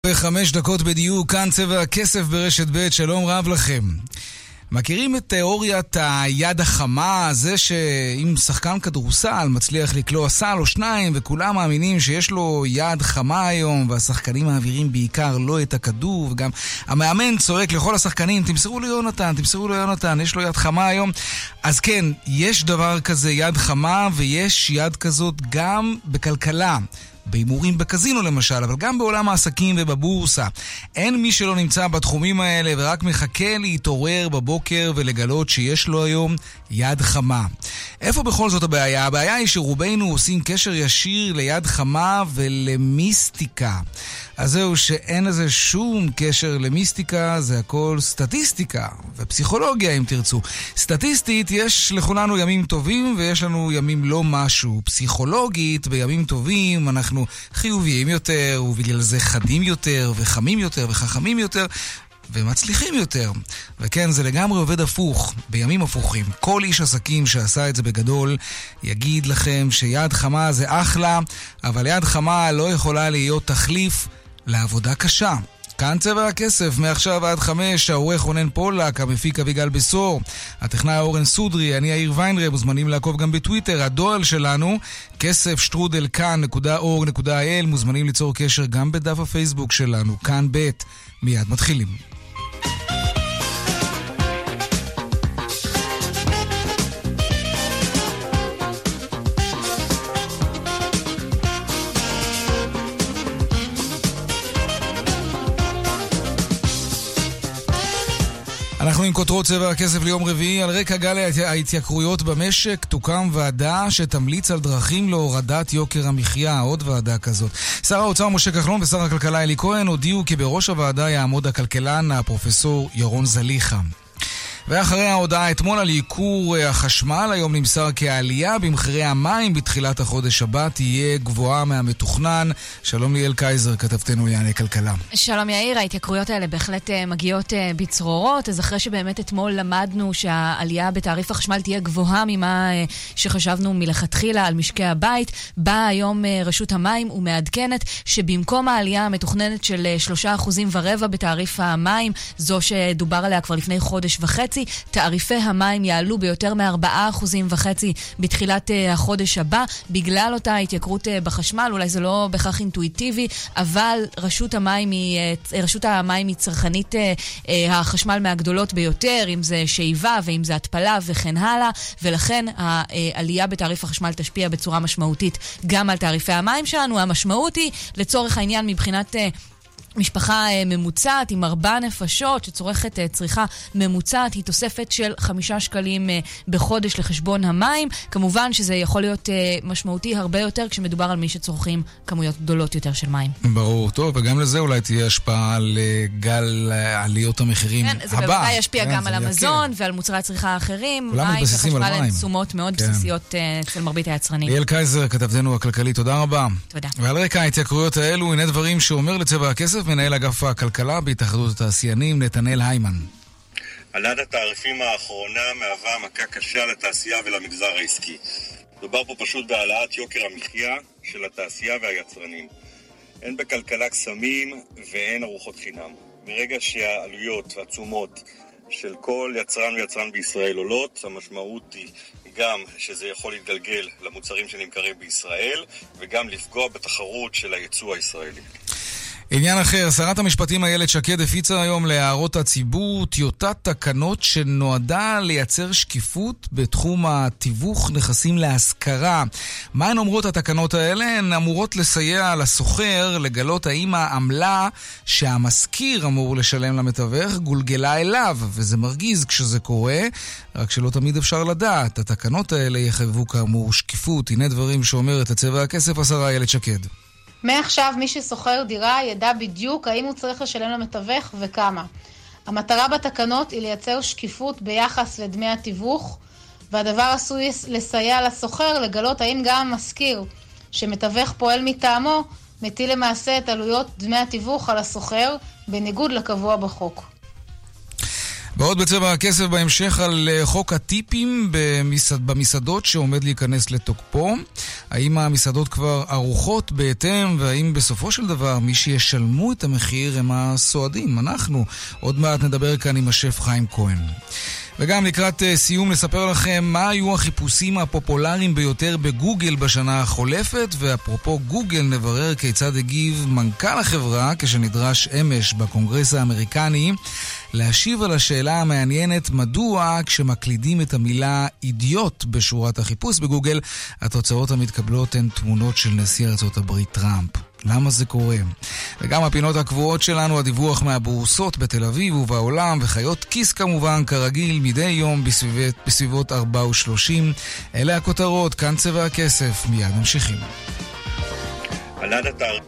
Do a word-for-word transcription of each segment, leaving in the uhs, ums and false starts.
חמש דקות בדיוק, כאן צבע הכסף ברשת ב', שלום רב לכם. מכירים את תיאוריית היד החמה, זה שאם שחקן כדורסל מצליח לקלוע סל או שניים וכולם מאמינים שיש לו יד חמה היום, והשחקנים מעבירים בעיקר לא את הכדור, וגם המאמן צועק לכל השחקנים, תמסרו ליונתן, תמסרו ליונתן, יש לו יד חמה היום. אז כן, יש דבר כזה יד חמה, ויש יד כזאת גם בכלכלה, בהימורים בקזינו למשל, אבל גם בעולם העסקים ובבורסה. אין מי שלא נמצא בתחומים האלה ורק מחכה להתעורר בבוקר ולגלות שיש לו היום יד חמה. איפה בכל זאת הבעיה? הבעיה היא שרובנו עושים קשר ישיר ליד חמה ולמיסטיקה. אז זהו שאין לזה שום קשר למיסטיקה, זה הכל סטטיסטיקה ופסיכולוגיה אם תרצו. סטטיסטית יש לכולנו ימים טובים ויש לנו ימים לא משהו. פסיכולוגית בימים טובים אנחנו חיוביים יותר ובגלל זה חדים יותר וחמים יותר וחכמים יותר ומצליחים יותר. וכן, זה לגמרי עובד הפוך, בימים הפוכים. כל איש עסקים שעשה את זה בגדול יגיד לכם שיד חמה זה אחלה, אבל יד חמה לא יכולה להיות תחליף לעבודה קשה. כאן צבע הכסף, מעכשיו עד חמש, העורך רונן פולק, המפיק אביגל בסור, הטכנאי אורן סודרי, אני יאיר ויינרב, מוזמנים לעקוב גם בטוויטר, הדואל שלנו, כסף שטרודל כאן נקודה אור נקודה איי אל, מוזמנים ליצור קשר גם בדף הפייסבוק שלנו, כאן ב', מיד מתחילים. אנחנו עם כותרות צבע הכסף ליום רביעי. על רקע גל ההתייקרויות במשק תוקם ועדה שתמליץ על דרכים להורדת יוקר המחיה, עוד ועדה כזאת. שר האוצר משה כחלון ושר הכלכלה אלי כהן הודיעו כי בראש הוועדה יעמוד הכלכלן הפרופסור ירון זליכה. ואחרי ההודעה אתמול על ייקור החשמל, היום נמסר כי העלייה במחירי המים בתחילת החודש הבא תהיה גבוהה מהמתוכנן. שלום ליאל קייזר, כתבתנו לענייני כלכלה. שלום יאיר, ההתייקרויות האלה בהחלט מגיעות בצרורות, אז אחרי שבאמת אתמול למדנו שהעלייה בתעריף החשמל תהיה גבוהה ממה שחשבנו מלכתחילה על משקי הבית, באה היום רשות המים ומעדכנת שבמקום העלייה המתוכננת של שלושה אחוזים ורבע בתעריף המים, זו שדובר עליה כבר לפני חודש וחצי, תעריפי המים יעלו ביותר מארבעה אחוזים וחצי בתחילת החודש הבא, בגלל אותה התייקרות בחשמל. אולי זה לא בכך אינטואיטיבי, אבל רשות המים היא, רשות המים היא צרכנית החשמל מהגדולות ביותר, אם זה שאיבה ואם זה התפלה וכן הלאה, ולכן העלייה בתעריף החשמל תשפיע בצורה משמעותית גם על תעריפי המים שלנו. המשמעות היא, לצורך העניין מבחינת משפחה ממוצעת עם ארבע נפשות שצורכת צריכה ממוצעת, היא תוספת של חמישה שקלים בחודש לחשבון המים. כמובן שזה יכול להיות משמעותי הרבה יותר כשמדובר על מי שצורכים כמויות גדולות יותר של מים. ברור, טוב, וגם לזה אולי תהיה השפעה על גל עליות המחירים כן, הבא. זה בוודאי ישפיע כן, גם על המזון יקר. ועל מוצרי הצריכה האחרים. כולם מתבססים על מים. תשומות מאוד כן. בסיסיות אצל מרבית היצרנים. ליאל קייזר, כתבתנו הכלכלי, תודה רבה. תודה. ועל רקע ההתייקרויות האלו, הנה דברים שאומר לצבע הכסף מנהל אגף הכלכלה בהתאחדות התעשיינים נתנאל היימן. עליית התעריפים האחרונה מהווה מכה קשה לתעשייה ולמגזר העסקי. מדובר פה פשוט בהעלאת יוקר המחיה של התעשייה והיצרנים. אין בכלכלה קסמים ואין ארוחות חינם. מרגע שהעלויות והתשומות של כל יצרן ויצרן בישראל עולות, המשמעות היא גם שזה יכול להתגלגל למוצרים שנמכרים בישראל וגם לפגוע בתחרות של הייצוא הישראלי. עניין אחר, שרת המשפטים איילת שקד הפיצה היום להערות הציבור טיוטת תקנות שנועדה לייצר שקיפות בתחום התיווך נכסים להשכרה. מה הן אומרות התקנות האלה? הן אמורות לסייע לסוחר לגלות האם העמלה שהמשכיר אמור לשלם למתווך גולגלה אליו, וזה מרגיז כשזה קורה, רק שלא תמיד אפשר לדעת. התקנות האלה יחייבו כאמור שקיפות. הנה דברים שאומרת הצבע הכסף השרה איילת שקד. מעכשיו מי שסוחר דירה ידע בדיוק האם הוא צריך לשלם למתווך וכמה. המטרה בתקנות היא לייצר שקיפות ביחס לדמי התיווך, והדבר עשוי לסייע לסוחר לגלות האם גם המשכיר שמתווך פועל מטעמו מטיל למעשה את עלויות דמי התיווך על הסוחר בניגוד לקבוע בחוק. ועוד בצבע הכסף בהמשך על חוק הטיפים במסעד, במסעדות שעומד להיכנס לתוקפו. האם המסעדות כבר ערוכות בהתאם, והאם בסופו של דבר מי שישלמו את המחיר הם הסועדים, אנחנו. עוד מעט נדבר כאן עם השף חיים כהן. וגם לקראת סיום נספר לכם מה היו החיפושים הפופולריים ביותר בגוגל בשנה החולפת, ואפרופו גוגל נברר כיצד הגיב מנכ"ל החברה כשנדרש אמש בקונגרס האמריקני להשיב על השאלה המעניינת מדוע כשמקלידים את המילה אידיוט בשורת החיפוש בגוגל התוצאות המתקבלות הן תמונות של נשיא ארצות הברית טראמפ. למה זה קורה? וגם הפינות הקבועות שלנו, הדיווח מהבורסות בתל אביב ובעולם, וחיות כיס כמובן כרגיל מדי יום בסביבות, בסביבות ארבע ושלושים. אלה הכותרות, כאן צבע הכסף, מיד ממשיכים. עלד אתר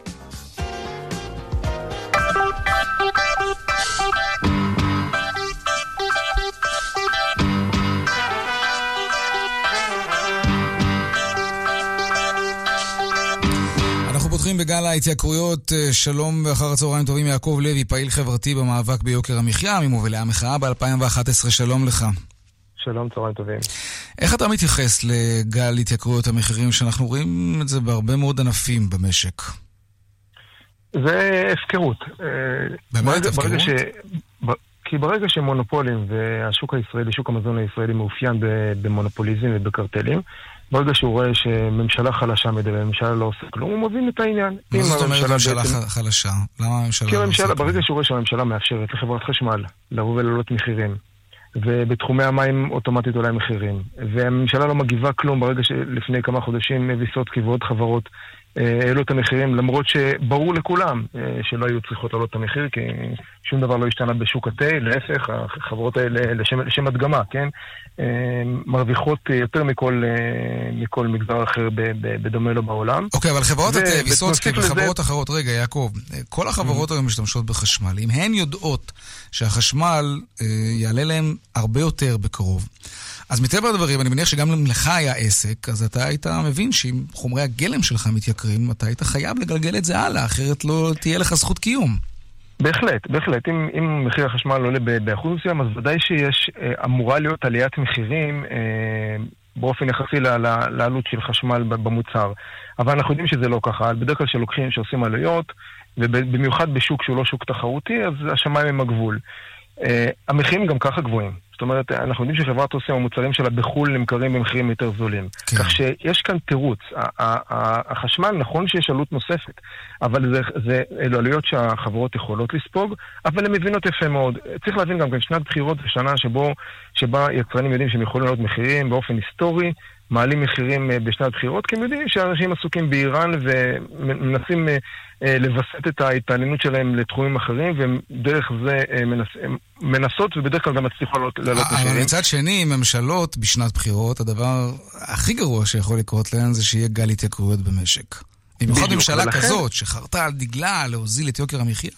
בגל ההתייקרויות. שלום ואחר הצהריים טובים, יעקב לוי, פעיל חברתי במאבק ביוקר המחיה, ממובילי המחאה ב-אלפיים ואחת עשרה. שלום לך. שלום, צהריים טובים. איך אתה מתייחס לגל התייקרויות המחירים שאנחנו רואים את זה בהרבה מאוד ענפים במשק? זה הפקרות. באמת הפקרות? ש... כי ברגע שמונופולים והשוק הישראלי, שוק המזון הישראלי מאופיין במונופוליזם ובקרטלים, ברגע שהוא רואה שממשלה חלשה מדי וממשלה לא עושה כלום, הוא מבין את העניין. מה זאת אומרת ממשלה חלשה? למה הממשלה לא עושה כלום? ברגע שהוא רואה שהממשלה מאפשרת לחברת חשמל לבוא ולעלות מחירים, ובתחומי המים אוטומטית עולה מחירים, והממשלה לא מגיבה כלום ברגע שלפני כמה חודשים ויסוצקי ועוד חברות העלו את המחירים, למרות שברור לכולם שלא היו צריכות לעלות את המחיר, כי שום דבר לא השתנה בשוק התה, להפך, החברות האלה לשם, לשם הדגמה, כן? מרוויחות יותר מכל, מכל מגזר אחר בדומה לו בעולם. אוקיי, אבל חברות התה, ויסוצקי וחברות אחרות, רגע, יעקב, כל החברות היום משתמשות בחשמל. אם הן יודעות שהחשמל יעלה להם הרבה יותר בקרוב, אז מטבע הדברים, אני מניח שגם לך היה עסק, אז אתה היית מבין שאם חומרי הגלם שלך מתייקרים, אתה היית חייב לגלגל את זה הלאה, אחרת לא תהיה לך זכות קיום. בהחלט, בהחלט. אם, אם מחיר החשמל עולה באחוז מסוים, אז ודאי שיש, אמורה להיות עליית מחירים באופן יחסי לעלות של חשמל במוצר. אבל אנחנו יודעים שזה לא ככה. בדרך כלל שלוקחים, שעושים עלויות, ובמיוחד בשוק שהוא לא שוק תחרותי, אז השמיים הם הגבול. המחירים גם ככה גבוהים. זאת אומרת, אנחנו יודעים שחברת עושים המוצרים שלה בחול נמכרים במחירים יותר זולים. כן. כך שיש כאן תירוץ. החשמל, נכון שיש עלות נוספת, אבל זה, זה אלו עלויות שהחברות יכולות לספוג, אבל הן מבינות יפה מאוד. צריך להבין גם כאן שנת בחירות ושנה שבו, שבה יצרנים יודעים שהם יכולים לעלות מחירים באופן היסטורי, מעלים מחירים בשנת בחירות, כי הם יודעים שאנשים עסוקים באיראן ומנסים לבסט את ההתעניינות שלהם לתחומים אחרים, ודרך זה מנס, מנסות ובדרך כלל גם מצליחו לעלות מחירים. אבל מצד שני, ממשלות בשנת בחירות, הדבר הכי גרוע שיכול לקרות להן זה שיהיה גל התייקרויות במשק. במיוחד ממשלה ולכן... כזאת שחרתה על דגלה להוזיל את יוקר המחיה.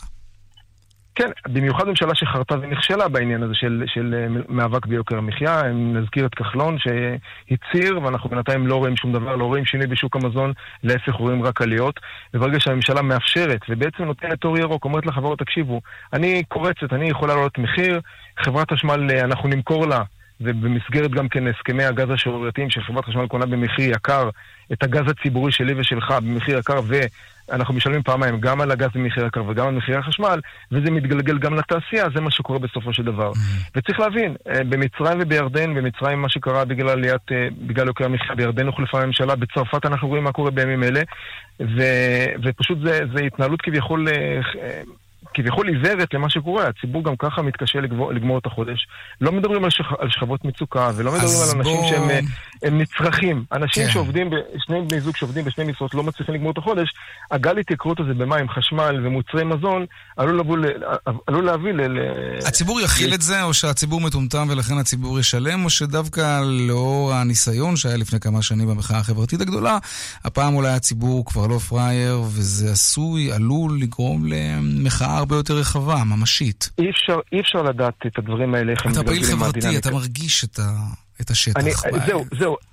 כן, במיוחד ממשלה שחרתה ונכשלה בעניין הזה של, של מאבק ביוקר המחיה. נזכיר את כחלון שהציר, ואנחנו בינתיים לא רואים שום דבר, לא רואים שינוי בשוק המזון, להפך רואים רק עליות. וברגע שהממשלה מאפשרת ובעצם נותנת אור ירוק, אומרת לחברות, תקשיבו, אני קורצת, אני יכולה לעלות מחיר, חברת חשמל אנחנו נמכור לה, ובמסגרת גם כן הסכמי הגז השערורייתיים שחברת חשמל קונה במחיר יקר, את הגז הציבורי שלי ושלך במחיר יקר, ואנחנו משלמים פעמיים גם על הגז במחיר יקר וגם על מחיר החשמל, וזה מתגלגל גם לתעשייה, זה מה שקורה בסופו של דבר. Mm-hmm. וצריך להבין, במצרים ובירדן, במצרים מה שקרה בגלל עליית, בגלל יוקר המחיה, בירדן הוחלפה הממשלה, בצרפת אנחנו רואים מה קורה בימים אלה, ו, ופשוט זה, זה התנהלות כביכול... כביכול עיוורת למה שקורה, הציבור גם ככה מתקשה לגמור, לגמור את החודש. לא מדברים על, שכ, על שכבות מצוקה, ולא מדברים על אנשים בוא... שהם הם נצרכים. אנשים כן. שעובדים, שני בני זוג שעובדים בשני משרות לא מצליחים לגמור את החודש, הגל התייקרות הזה במים, חשמל ומוצרי מזון, עלול להביא, עלול להביא ל... הציבור יכיל את זה, או שהציבור מטומטם ולכן הציבור ישלם, או שדווקא לאור הניסיון שהיה לפני כמה שנים במחאה החברתית הגדולה, הפעם אולי הציבור כבר לא פרייר, וזה עשוי, עלול לגרום למחאה הרבה יותר רחבה, ממשית. אי אפשר, אי אפשר לדעת את הדברים האלה. אתה פעיל חברתי, אתה מרגיש את, ה, את השטח. אני, זהו, זהו.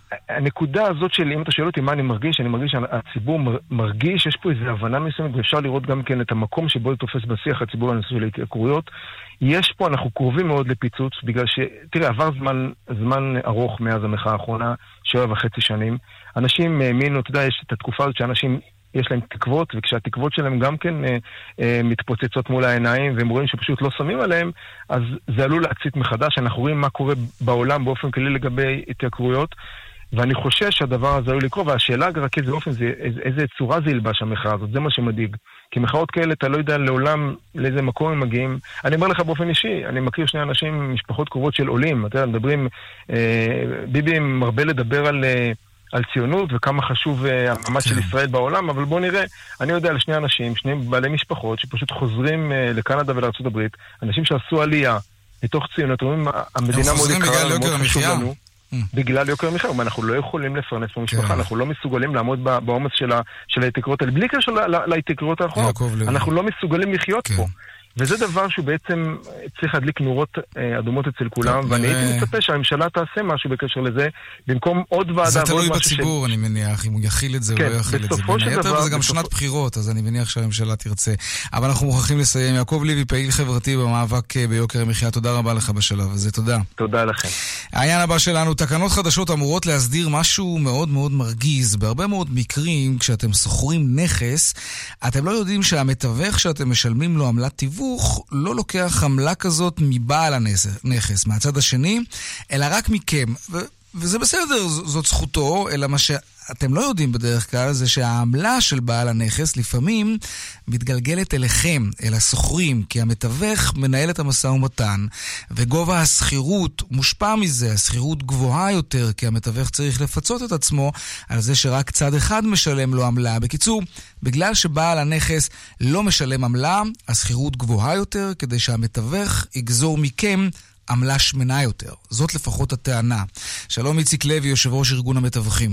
הנקודה הזאת של, אם אתה שואל אותי מה אני מרגיש, אני מרגיש שהציבור מרגיש, יש פה איזו הבנה מסוימת, ואפשר לראות גם כן את המקום שבו תופס בשיח הציבור הנושא של ההתייקרויות. יש פה, אנחנו קרובים מאוד לפיצוץ, בגלל ש, תראה, עבר זמן, זמן ארוך מאז המחאה האחרונה, שבע וחצי שנים. אנשים האמינו, אתה יודע, יש את התקופה הזאת שאנשים יש להם תקוות, וכשהתקוות שלהם גם כן אה, אה, מתפוצצות מול העיניים, והם רואים שפשוט לא שמים עליהם, אז זה עלול להצית מחדש. אנחנו רואים מה קורה בעולם באופן כללי לגבי התייקרויות, ואני חושש שהדבר הזה עלול לקרוא, והשאלה רק איזה אופן, זה, איזה, איזה צורה זה ילבש המחאה הזאת, זה מה שמדאיג. כי מחאות כאלה, אתה לא יודע לעולם לאיזה מקום הם מגיעים. אני אומר לך באופן אישי, אני מכיר שני אנשים, משפחות קרובות של עולים, אתה יודע, מדברים, אה, ביבי מרבה לדבר על... אה, על ציונות וכמה חשוב המעמד של ישראל בעולם, אבל בוא נראה, אני יודע על שני אנשים, שני בעלי משפחות שפשוט חוזרים לקנדה ולארצות הברית, אנשים שעשו עלייה מתוך ציונות, אומרים, המדינה מאוד יקרה, מאוד חשוב לנו, בגלל יוקר המחיה, אנחנו לא יכולים לפרנס במשפחה, אנחנו לא מסוגלים לעמוד בעומס של ההתייקרויות האלה, בלי קשר להתייקרויות האחרות, אנחנו לא מסוגלים לחיות פה. וזה דבר שהוא בעצם צריך להדליק נורות אדומות אצל כולם, ואני הייתי מצפה שהממשלה תעשה משהו בקשר לזה, במקום עוד ועדה... זה תלוי בציבור, אני מניח, אם הוא יכיל את זה או לא יכיל את זה. בין היתר, וזה גם שנת בחירות, אז אני מניח שהממשלה תרצה. אבל אנחנו מוכרחים לסיים. יעקב ליבי, פעיל חברתי במאבק ביוקר המחיה, תודה רבה לך בשלב הזה, תודה. תודה לכם. העניין הבא שלנו, תקנות חדשות אמורות להסדיר משהו מאוד מאוד מרגיז. בהרבה מאוד מקרים, כשאתם שוכרים נכס, אתם לא יודעים שהמתווך שאתם משלמים לו עמלת תיווך לא לוקח עמלה כזאת מבעל הנכס, מהצד השני, אלא רק מכם. ו- וזה בסדר, זאת זכותו, אלא מה שאתם לא יודעים בדרך כלל, זה שהעמלה של בעל הנכס לפעמים מתגלגלת אליכם, אל הסוחרים, כי המתווך מנהל את המשא ומתן, וגובה הסחירות מושפע מזה, הסחירות גבוהה יותר, כי המתווך צריך לפצות את עצמו על זה שרק צד אחד משלם לו עמלה. בקיצור, בגלל שבעל הנכס לא משלם עמלה, הסחירות גבוהה יותר, כדי שהמתווך יגזור מכם עמלה שמנה יותר. זאת לפחות הטענה. שלום איציק לוי, יושב ראש ארגון המתווכים.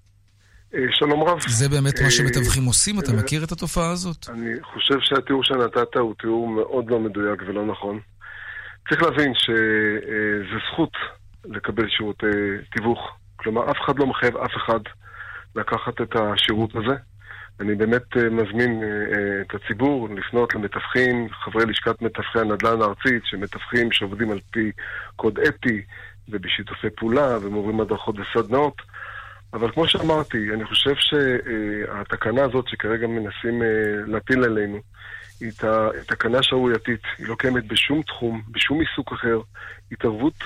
שלום רב. זה באמת מה שמתווכים עושים? אתה מכיר את התופעה הזאת? אני חושב שהתיאור שנתת הוא תיאור מאוד לא מדויק ולא נכון. צריך להבין שזה זכות לקבל שירותי תיווך. כלומר, אף אחד לא מחייב אף אחד לקחת את השירות הזה. אני באמת מזמין את הציבור לפנות למתווכים, חברי לשכת מתווכי הנדל"ן הארצית, שמתווכים שעובדים על פי קוד אתי ובשיתופי פעולה ומורים הדרכות וסדנאות. אבל כמו שאמרתי, אני חושב שהתקנה הזאת שכרגע מנסים להטיל עלינו, היא תקנה שערורייתית, היא לא קיימת בשום תחום, בשום עיסוק אחר, התערבות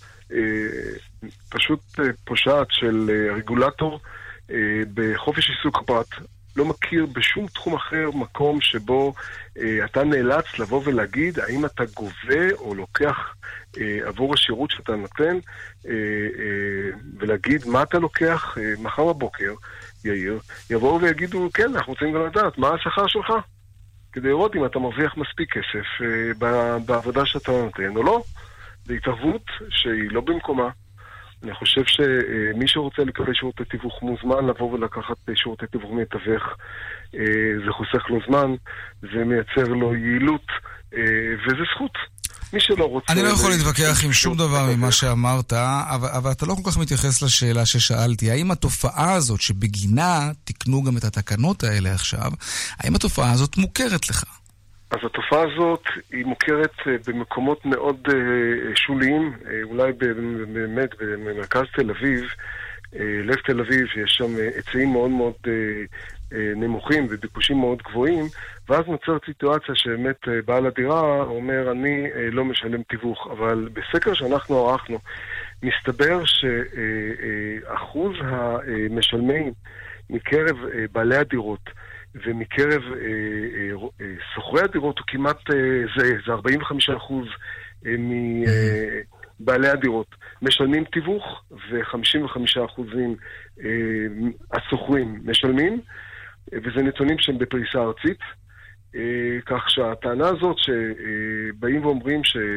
פשוט פושעת של רגולטור בחופש עיסוק הפרט. לא מכיר בשום תחום אחר מקום שבו אה, אתה נאלץ לבוא ולהגיד האם אתה גובה או לוקח אה, עבור השירות שאתה נותן אה, אה, ולהגיד מה אתה לוקח אה, מחר בבוקר, יאיר, יבואו ויגידו כן, אנחנו רוצים גם לדעת מה השכר שלך כדי לראות אם אתה מרוויח מספיק כסף אה, בעבודה שאתה נותן או לא. זו התערבות שהיא לא במקומה. אני חושב שמי שרוצה לקבל שירותי תיווך מוזמן לבוא ולקחת שירותי תיווך מתווך. זה חוסך לו זמן, זה מייצר לו יעילות, וזה זכות. מי שלא רוצה... אני לא יכול להתווכח עם שום דבר ממה שאמרת, אבל, אבל אתה לא כל כך מתייחס לשאלה ששאלתי. האם התופעה הזאת שבגינה תקנו גם את התקנות האלה עכשיו, האם התופעה הזאת מוכרת לך? אז התופעה הזאת היא מוכרת במקומות מאוד שוליים, אולי באמת במרכז תל אביב, לב תל אביב, יש שם היצעים מאוד מאוד נמוכים וביקושים מאוד גבוהים, ואז נוצרת סיטואציה שבאמת בעל הדירה אומר אני לא משלם תיווך, אבל בסקר שאנחנו ערכנו מסתבר שאחוז המשלמים מקרב בעלי הדירות ומקרב אה, אה, אה, סוחרי הדירות הוא כמעט אה, זה, זה ארבעים וחמישה אחוז אה, מבעלי הדירות משלמים תיווך, ו-חמישים וחמישה אחוזים אה, הסוחרים משלמים, אה, וזה נתונים שהם בפריסה ארצית, אה, כך שהטענה הזאת שבאים אה, ואומרים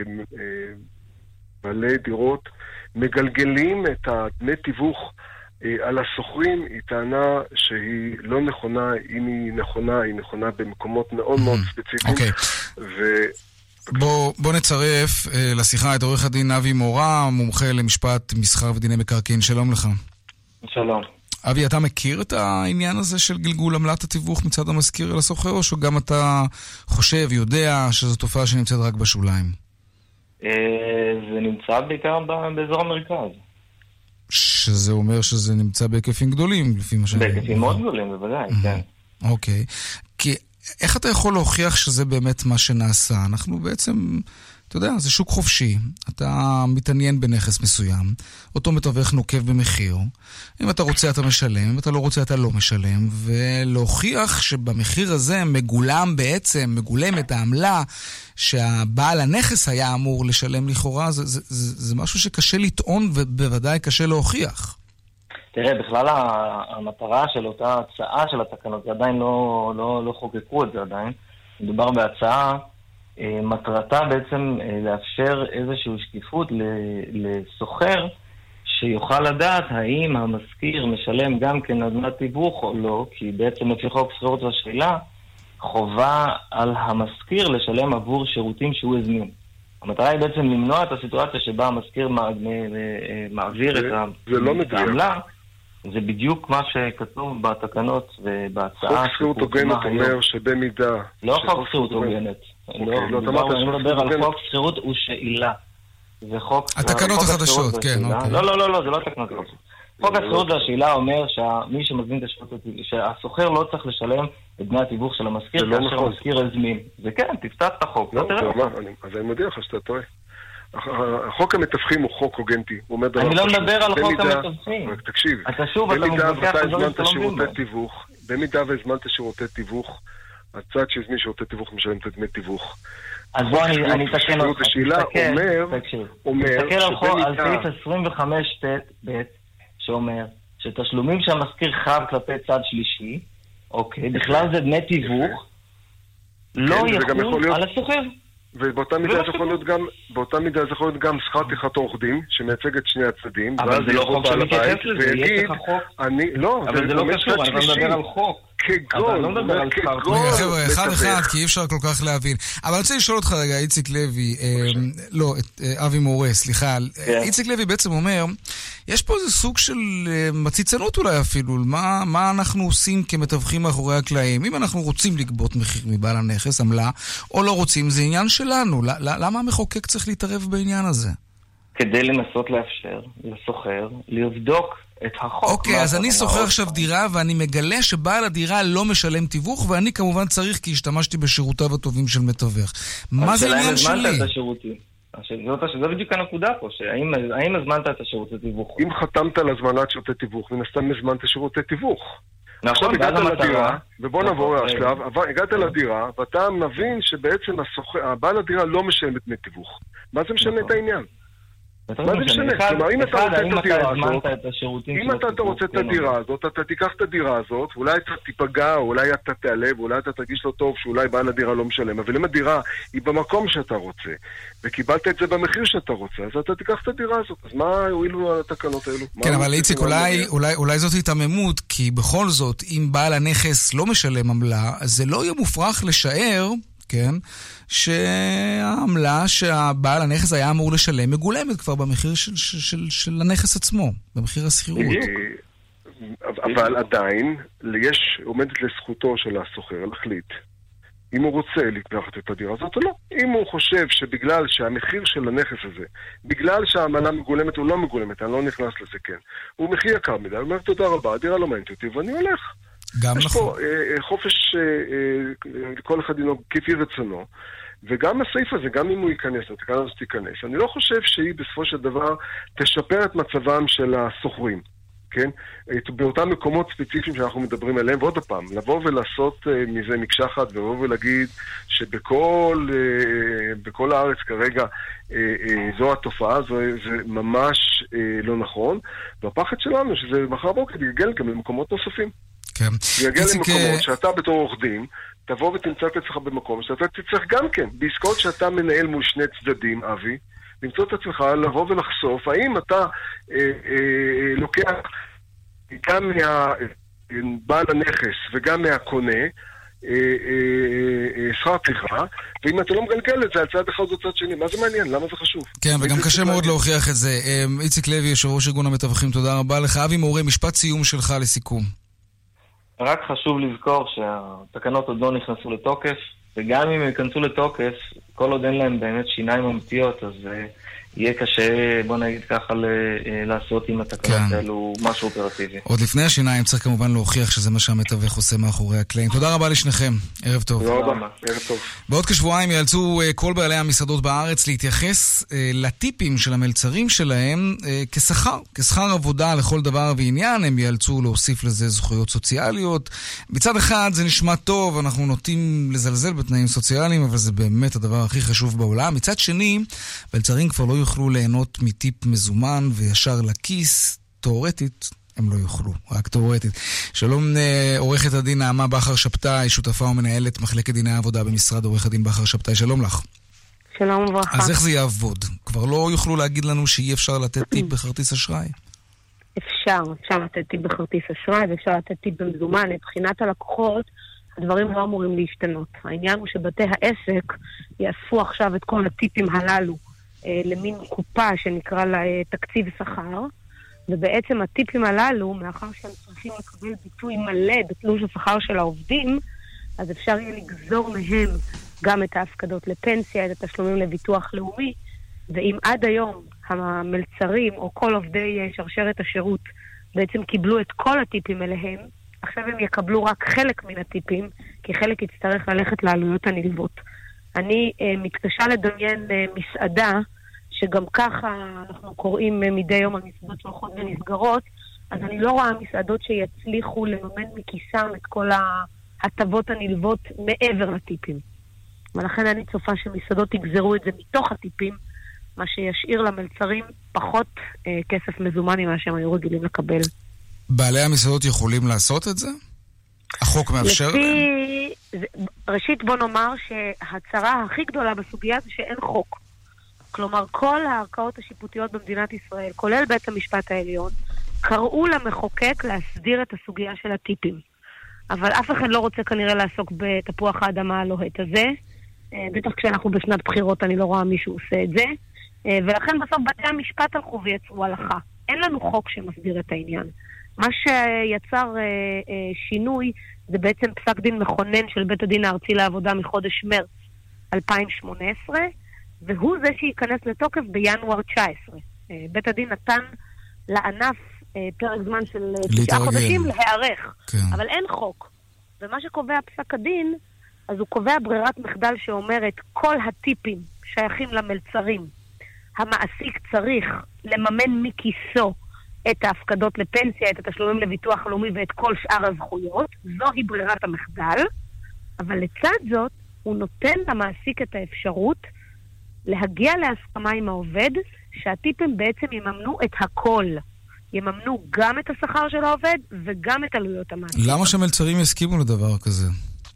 שבעלי אה, דירות מגלגלים את הדמי תיווך על הסוחרים, היא טענה שהיא לא נכונה. אם היא נכונה, היא נכונה במקומות מאוד מאוד ספציפיים. אוקיי. בוא נצרף לשיחה את עורך הדין אבי מורה, מומחה למשפט מסחר ודיני מקרקעין. שלום לך. שלום. אבי, אתה מכיר את העניין הזה של גלגול עמלת התיווך מצד המשכיר אל הסוחר, או שגם אתה חושב, יודע, שזו תופעה שנמצאת רק בשוליים? זה נמצא בעיקר באזור המרכז. שזה אומר שזה נמצא בהיקפים גדולים, לפי מה ש... בהיקפים מאוד גדולים, בוודאי, כן. אוקיי. כי איך אתה יכול להוכיח שזה באמת מה שנעשה? אנחנו בעצם... אתה יודע, זה שוק חופשי, אתה מתעניין בנכס מסוים, אותו מתווך נוקב במחיר, אם אתה רוצה אתה משלם, אם אתה לא רוצה אתה לא משלם, ולהוכיח שבמחיר הזה מגולם בעצם, מגולמת העמלה שהבעל הנכס היה אמור לשלם לכאורה, זה, זה, זה, זה משהו שקשה לטעון ובוודאי קשה להוכיח. תראה, בכלל המטרה של אותה הצעה של התקנות, זה עדיין לא, לא, לא חוקקו את זה עדיין, מדובר בהצעה, מטרתה בעצם לאפשר איזושהי שקיפות לסוחר שיוכל לדעת האם המשכיר משלם גם כן עמלת תיווך או לא, כי בעצם לפי חוק שכירות והשאילה חובה על המשכיר לשלם עבור שירותים שהוא הזמין. המטרה היא בעצם למנוע את הסיטואציה שבה המשכיר מעביר את העמלה. זה בדיוק מה שכתוב בתקנות ובהצעה. חוק שכירות הוגנת אומר שבמידה... לא חוק שכירות הוגנת. לא, אני מדבר על חוק שכירות הוא שאילה. התקנות החדשות, כן. לא, לא, לא, זה לא התקנות החדשות. חוק השכירות והשאילה אומר שמי שמזמין את השירות, שהסוחר לא צריך לשלם את דמי התיווך של המשכיר, כאשר המשכיר הזמין. זה כן, תפתח את החוק. אז אני מודיע לך שאתה טועה. החוק המתווכים הוא חוק הוגנטי. אני לא מדבר על חוק המתווכים. תקשיב, במידה ואתה הזמנת שירותי תיווך, במידה והזמנת שירותי תיווך, הצד שהזמין שירותי תיווך משלם את דמי תיווך. אז בוא אני אתקן אותך. תסתכל על סעיף עשרים וחמש ב' שאומר שתשלומים שהמשכיר חייב כלפי צד שלישי, אוקיי, בכלל זה דמי תיווך, לא יחול על הסוחר. ובאותה מידה זה יכול להיות גם, באותה מידה זה יכול להיות גם שכר טרחת עורך דין, שמייצג את שני הצדדים. אבל זה לא חוק שמתייחס לזה, יש לך חוק. לא, אבל זה לא קשור, אני לא מדבר על חוק. כגון, כגון. חבר'ה, אחד אחד, כי אי אפשר כל כך להבין. אבל אני רוצה לשאול אותך רגע, איציק לוי, לא, אבי מורה, סליחה. איציק לוי בעצם אומר, יש פה איזה סוג של מציצנות אולי אפילו, מה אנחנו עושים כמתווכים מאחורי הקלעים. אם אנחנו רוצים לגבות מחיר מבעל הנכס, עמלה, או לא רוצים, זה עניין שלנו. למה המחוקק צריך להתערב בעניין הזה? כדי לנסות לאפשר לסוחר, לבדוק את החוק. אוקיי, אז אני סוחר עכשיו דירה ואני מגלה שבעל הדירה לא משלם תיווך, ואני כמובן צריך כי השתמשתי בשירותיו הטובים של מתווך. מה זה עניין שלי? זה בדיוק הנקודה פה, שהאם הזמנת את השירותי תיווך? אם חתמת על הזמנת שירותי תיווך, מן הסתם הזמנת שירותי תיווך. עכשיו הגעת לדירה, ובוא נעבור לשלב, הגעת לדירה, ואתה מבין שבעצם הבעל הדירה לא משלם את דמי תיווך. מה זה משנה את העניין? מה זה משנה? כלומר, אם אתה רוצה את הדירה הזאת, אם אתה רוצה את הדירה הזאת, אתה תיקח את הדירה הזאת, ואולי אתה תיפגע, אולי אתה תעלב, אולי אתה תרגיש לו טוב, שאולי בעל הדירה לא משלם. אבל אם הדירה היא במקום שאתה רוצה, וקיבלת את זה במחיר שאתה רוצה, אז אתה תיקח את הדירה הזאת. אז מה הועילו התקנות האלו? כן, אבל איציק, אולי זאת התעממות, כי בכל זאת, אם בעל הנכס לא משלם עמלה, אז זה לא יהיה מופרך לשער, כן, שהעמלה שהבעל הנכס היה אמור לשלם מגולמת כבר במחיר של, של, של, של הנכס עצמו, במחיר הסחירות. אבל עדיין, יש, עומדת לזכותו של הסוחר להחליט אם הוא רוצה לקחת את הדירה הזאת או לא. אם הוא חושב שבגלל שהמחיר של הנכס הזה, בגלל שהעמלה מגולמת או לא מגולמת, אני לא נכנס לזה, כן, הוא מחיר יקר מדי, הוא אומר תודה רבה, הדירה לא מעניינת אותי ואני הולך. גם יש נכון. פה אה, חופש, אה, אה, כל אחד ינהוג כפי רצונו, וגם הסעיף הזה, גם אם הוא ייכנס, התקנה הזאת תיכנס, אני לא חושב שהיא בסופו של דבר תשפר את מצבם של הסוחרים, כן? באותם מקומות ספציפיים שאנחנו מדברים עליהם, ועוד הפעם, לבוא ולעשות אה, מזה מקשחת, ולבוא ולהגיד שבכל אה, בכל הארץ כרגע אה, אה, זו התופעה, זו, זה ממש אה, לא נכון, והפחד שלנו שזה מחר בוקר יגלגל גם למקומות נוספים. כן. יגיע למקומות שאתה בתור עורך דין, תבוא ותמצא את עצמך במקום, שאתה תצטרך גם כן, בעסקאות שאתה מנהל מול שני צדדים, אבי, למצוא את עצמך לבוא ולחשוף, האם אתה אה, אה, לוקח גם מהבעל הנכס וגם מהקונה, שכר טרחה, ואם אתה לא מגלגל את זה, על צד אחד או צד שני, מה זה מעניין? למה זה חשוב? כן, וגם קשה מאוד להוכיח את זה. איציק לוי, יושב ראש ארגון המתווכים, תודה רבה לך. אבי מורה, משפט סיום שלך לסיכום. רק חשוב לזכור שהתקנות עוד לא נכנסו לתוקף, וגם אם הם ייכנסו לתוקף, כל עוד אין להם באמת שיניים אמיתיות, אז יהיה קשה, בוא נגיד ככה, לעשות עם התקנות האלו משהו אופרטיבי. עוד לפני השיניים צריך כמובן להוכיח שזה מה שהמתווך עושה מאחורי הקלעים. תודה רבה לשניכם, ערב טוב. תודה רבה, ערב טוב. בעוד כשבועיים יאלצו כל בעלי המסעדות בארץ להתייחס לטיפים של המלצרים שלהם כשכר, כשכר עבודה לכל דבר ועניין. הם יאלצו להוסיף לזה זכויות סוציאליות. מצד אחד זה נשמע טוב, אנחנו נוטים לזלזל בתנאים סוציאליים, אבל זה באמת הדבר הכי חשוב בעולם. מצד שני, מלצרים כבר לא יוכלו ליהנות מטיפ מזומן וישר לכיס. תיאורטית הם לא יוכלו, רק תיאורטית. שלום עורכת הדין נעמה בכר שבתאי, שותפה ומנהלת מחלקת דיני העבודה במשרד עורך הדין בכר שבתאי. שלום לך. שלום וברכה. אז איך זה יעבוד? כבר לא יוכלו להגיד לנו שאי אפשר לתת טיפ בכרטיס אשראי? אפשר, אפשר לתת טיפ בכרטיס אשראי ואפשר לתת טיפ במזומן. מבחינת הלקוחות הדברים לא אמורים להשתנות. העניין הוא שבתי העסק יאספו עכשיו את כל הטיפים הללו למין קופה שנקרא לה תקציב שכר, ובעצם הטיפים הללו, מאחר שהם צריכים לקבל ביטוי מלא בתלוש השכר של העובדים, אז אפשר יהיה לגזור מהם גם את ההפקדות לפנסיה, את התשלומים לביטוח לאומי, ואם עד היום המלצרים או כל עובדי שרשרת השירות בעצם קיבלו את כל הטיפים אליהם, עכשיו הם יקבלו רק חלק מן הטיפים, כי חלק יצטרך ללכת לעלויות הנלוות. אני אה, מתקשה לדמיין אה, מסעדה, שגם ככה אנחנו קוראים אה, מדי יום על מסעדות שהולכות ונסגרות, אז אני לא רואה מסעדות שיצליחו לממן מכיסם את כל ההטבות הנלוות מעבר לטיפים. ולכן אני צופה שמסעדות יגזרו את זה מתוך הטיפים, מה שישאיר למלצרים פחות אה, כסף מזומן ממה שהם היו רגילים לקבל. בעלי המסעדות יכולים לעשות את זה? החוק מאפשר לפי... להם? ראשית בוא נאמר שהצרה הכי גדולה בסוגיה זה שאין חוק. כלומר כל הערכאות השיפוטיות במדינת ישראל, כולל בית המשפט העליון, קראו למחוקק להסדיר את הסוגיה של הטיפים. אבל אף אחד לא רוצה כנראה לעסוק בתפוח האדמה הלוהט הזה. בטח כשאנחנו בשנת בחירות אני לא רואה מישהו עושה את זה. ולכן בסוף בתי המשפט הלכו ויצרו הלכה. אין לנו חוק שמסדיר את העניין. מה שיצר אה, אה, שינוי זה בעצם פסק דין מכונן של בית הדין הארצי לעבודה מחודש מרץ אלפיים שמונה עשרה, והוא זה שייכנס לתוקף בינואר תשע עשרה. אה, בית הדין נתן לענף אה, פרק זמן של תשעה חודשים להיערך, כן. אבל אין חוק. ומה שקובע פסק הדין, אז הוא קובע ברירת מחדל שאומרת כל הטיפים שייכים למלצרים. המעסיק צריך לממן מכיסו את ההפקדות לפנסיה, את התשלומים לביטוח לאומי ואת כל שאר הזכויות. זוהי ברירת המחדל, אבל לצד זאת הוא נותן למעסיק את האפשרות להגיע להסכמה עם העובד שהטיפים בעצם יממנו את הכל. יממנו גם את השכר של העובד וגם את עלויות המעסיק. למה שמלצרים יסכימו לדבר כזה?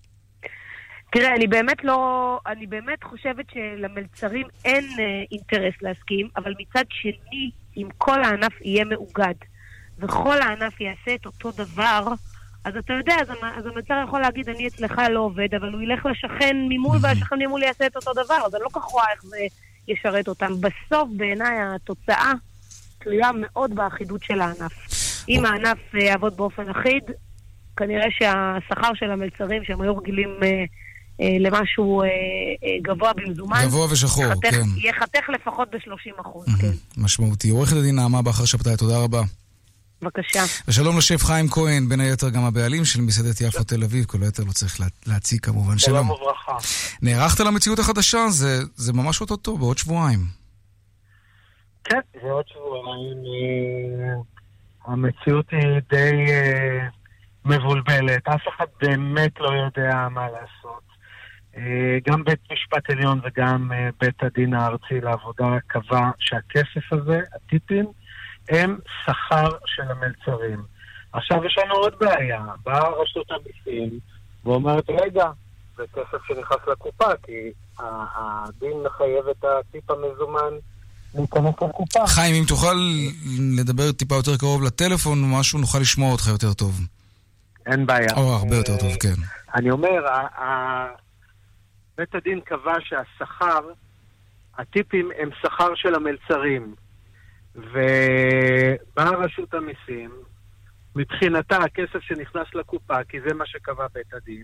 תראה, אני באמת לא, אני באמת חושבת שלמלצרים אין אה, אינטרס להסכים, אבל מצד שני, אם כל הענף יהיה מאוגד, וכל הענף יעשה את אותו דבר, אז אתה יודע, אז, אז המלצר יכול להגיד, אני אצלך לא עובד, אבל הוא ילך לשכן ממול, והשכן ממול יעשה את אותו דבר, אז אני לא כך רואה איך זה ישרת אותם. בסוף, בעיניי, התוצאה תלויה מאוד באחידות של הענף. אם הענף יעבוד באופן אחיד, כנראה שהשכר של המלצרים, שהם היו רגילים למשהו גבוה במזומן, גבוה ושחור, יחתך, כן. יחתך לפחות ב-שלושים אחוז, mm-hmm. כן. משמעותי. עורכת הדין נעמה בכר שבתאי, תודה רבה. בבקשה. ושלום לשף חיים כהן, בין היתר גם הבעלים של מסעדת יפו תל אביב, כל היתר לא צריך לה, להציג כמובן. שלום וברכה. נערכת למציאות החדשה, זה, זה ממש אותו טוב, בעוד שבועיים. כן, בעוד שבועיים. המציאות היא די מבולבלת, אף אחד באמת לא יודע מה לעשות. גם בית משפט עליון וגם בית הדין הארצי לעבודה קבע שהכסף הזה, הטיפים, הם שכר של המלצרים. עכשיו יש לנו עוד בעיה, באה רשות המיסים ואומרת, רגע, זה כסף שנכנס לקופה, כי הדין מחייב את הטיפ המזומן להיכנס לקופה. חיים, אם תוכל לדבר טיפה יותר קרוב לטלפון או משהו, נוכל לשמוע אותך יותר טוב. אין בעיה. או, הרבה יותר טוב, כן. אני אומר, בית הדין קבע שהשכר, הטיפים הם שכר של המלצרים. ובאה רשות המיסים, מבחינתה הכסף שנכנס לקופה, כי זה מה שקבע בית הדין,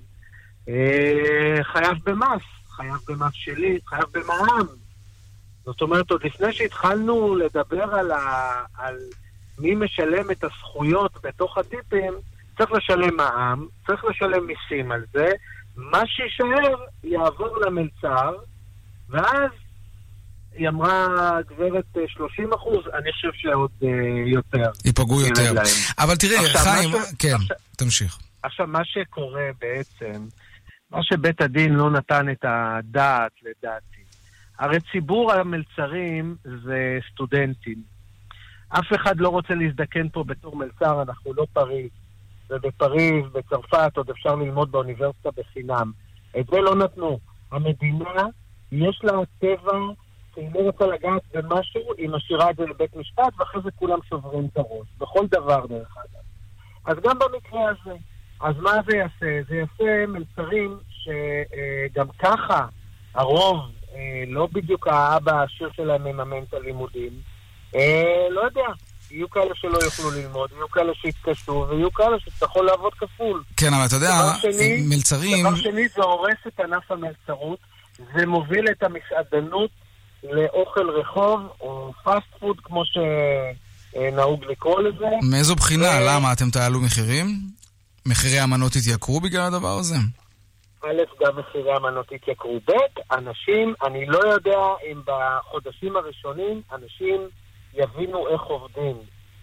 חייב במס, חייב במס שלי, חייב במע"מ. זאת אומרת, עוד לפני שהתחלנו לדבר על, ה... על מי משלם את הזכויות בתוך הטיפים, צריך לשלם מע"מ, צריך לשלם מיסים על זה, מה שישאר יעבור למלצר, ואז היא אמרה, גברת, שלושים אחוז, אני חושב שעוד uh, יותר. ייפגעו יותר. להם. אבל תראה, עכשיו, חיים, ש... כן, עכשיו, תמשיך. עכשיו, מה שקורה בעצם, מה שבית הדין לא נתן את הדעת, לדעתי, הרי ציבור המלצרים זה סטודנטים. אף אחד לא רוצה להזדקן פה בתור מלצר, אנחנו לא פריז. ובפריז, בצרפת, עוד אפשר ללמוד באוניברסיטה בחינם. את זה לא נתנו. המדינה, יש לה טבע, שהיא לא רוצה לגעת במשהו, היא משאירה את זה לבית משפט, ואחרי זה כולם שוברים את הראש. בכל דבר דרך אגב. אז גם במקרה הזה. אז מה זה יעשה? זה יעשה מלצרים שגם ככה הרוב, לא בדיוק האבא העשיר שלהם מממן את הלימודים, לא יודע. יהיו כאלה שלא יוכלו ללמוד, יהיו כאלה שיתקשו, ויהיו כאלה שצריכו לעבוד כפול. כן, אבל אתה יודע, שני, מלצרים... דבר שני, זה הורס את ענף המלצרות, זה מוביל את המסעדנות לאוכל רחוב, או פאסט פוד, כמו שנהוג לקרוא לזה. מאיזו בחינה? למה? אתם תעלו מחירים? מחירי המנות התייקרו בגלל הדבר הזה? א', גם מחירי המנות התייקרו. ב', אנשים, אני לא יודע אם בחודשים הראשונים, אנשים... יבינו איך עובדים.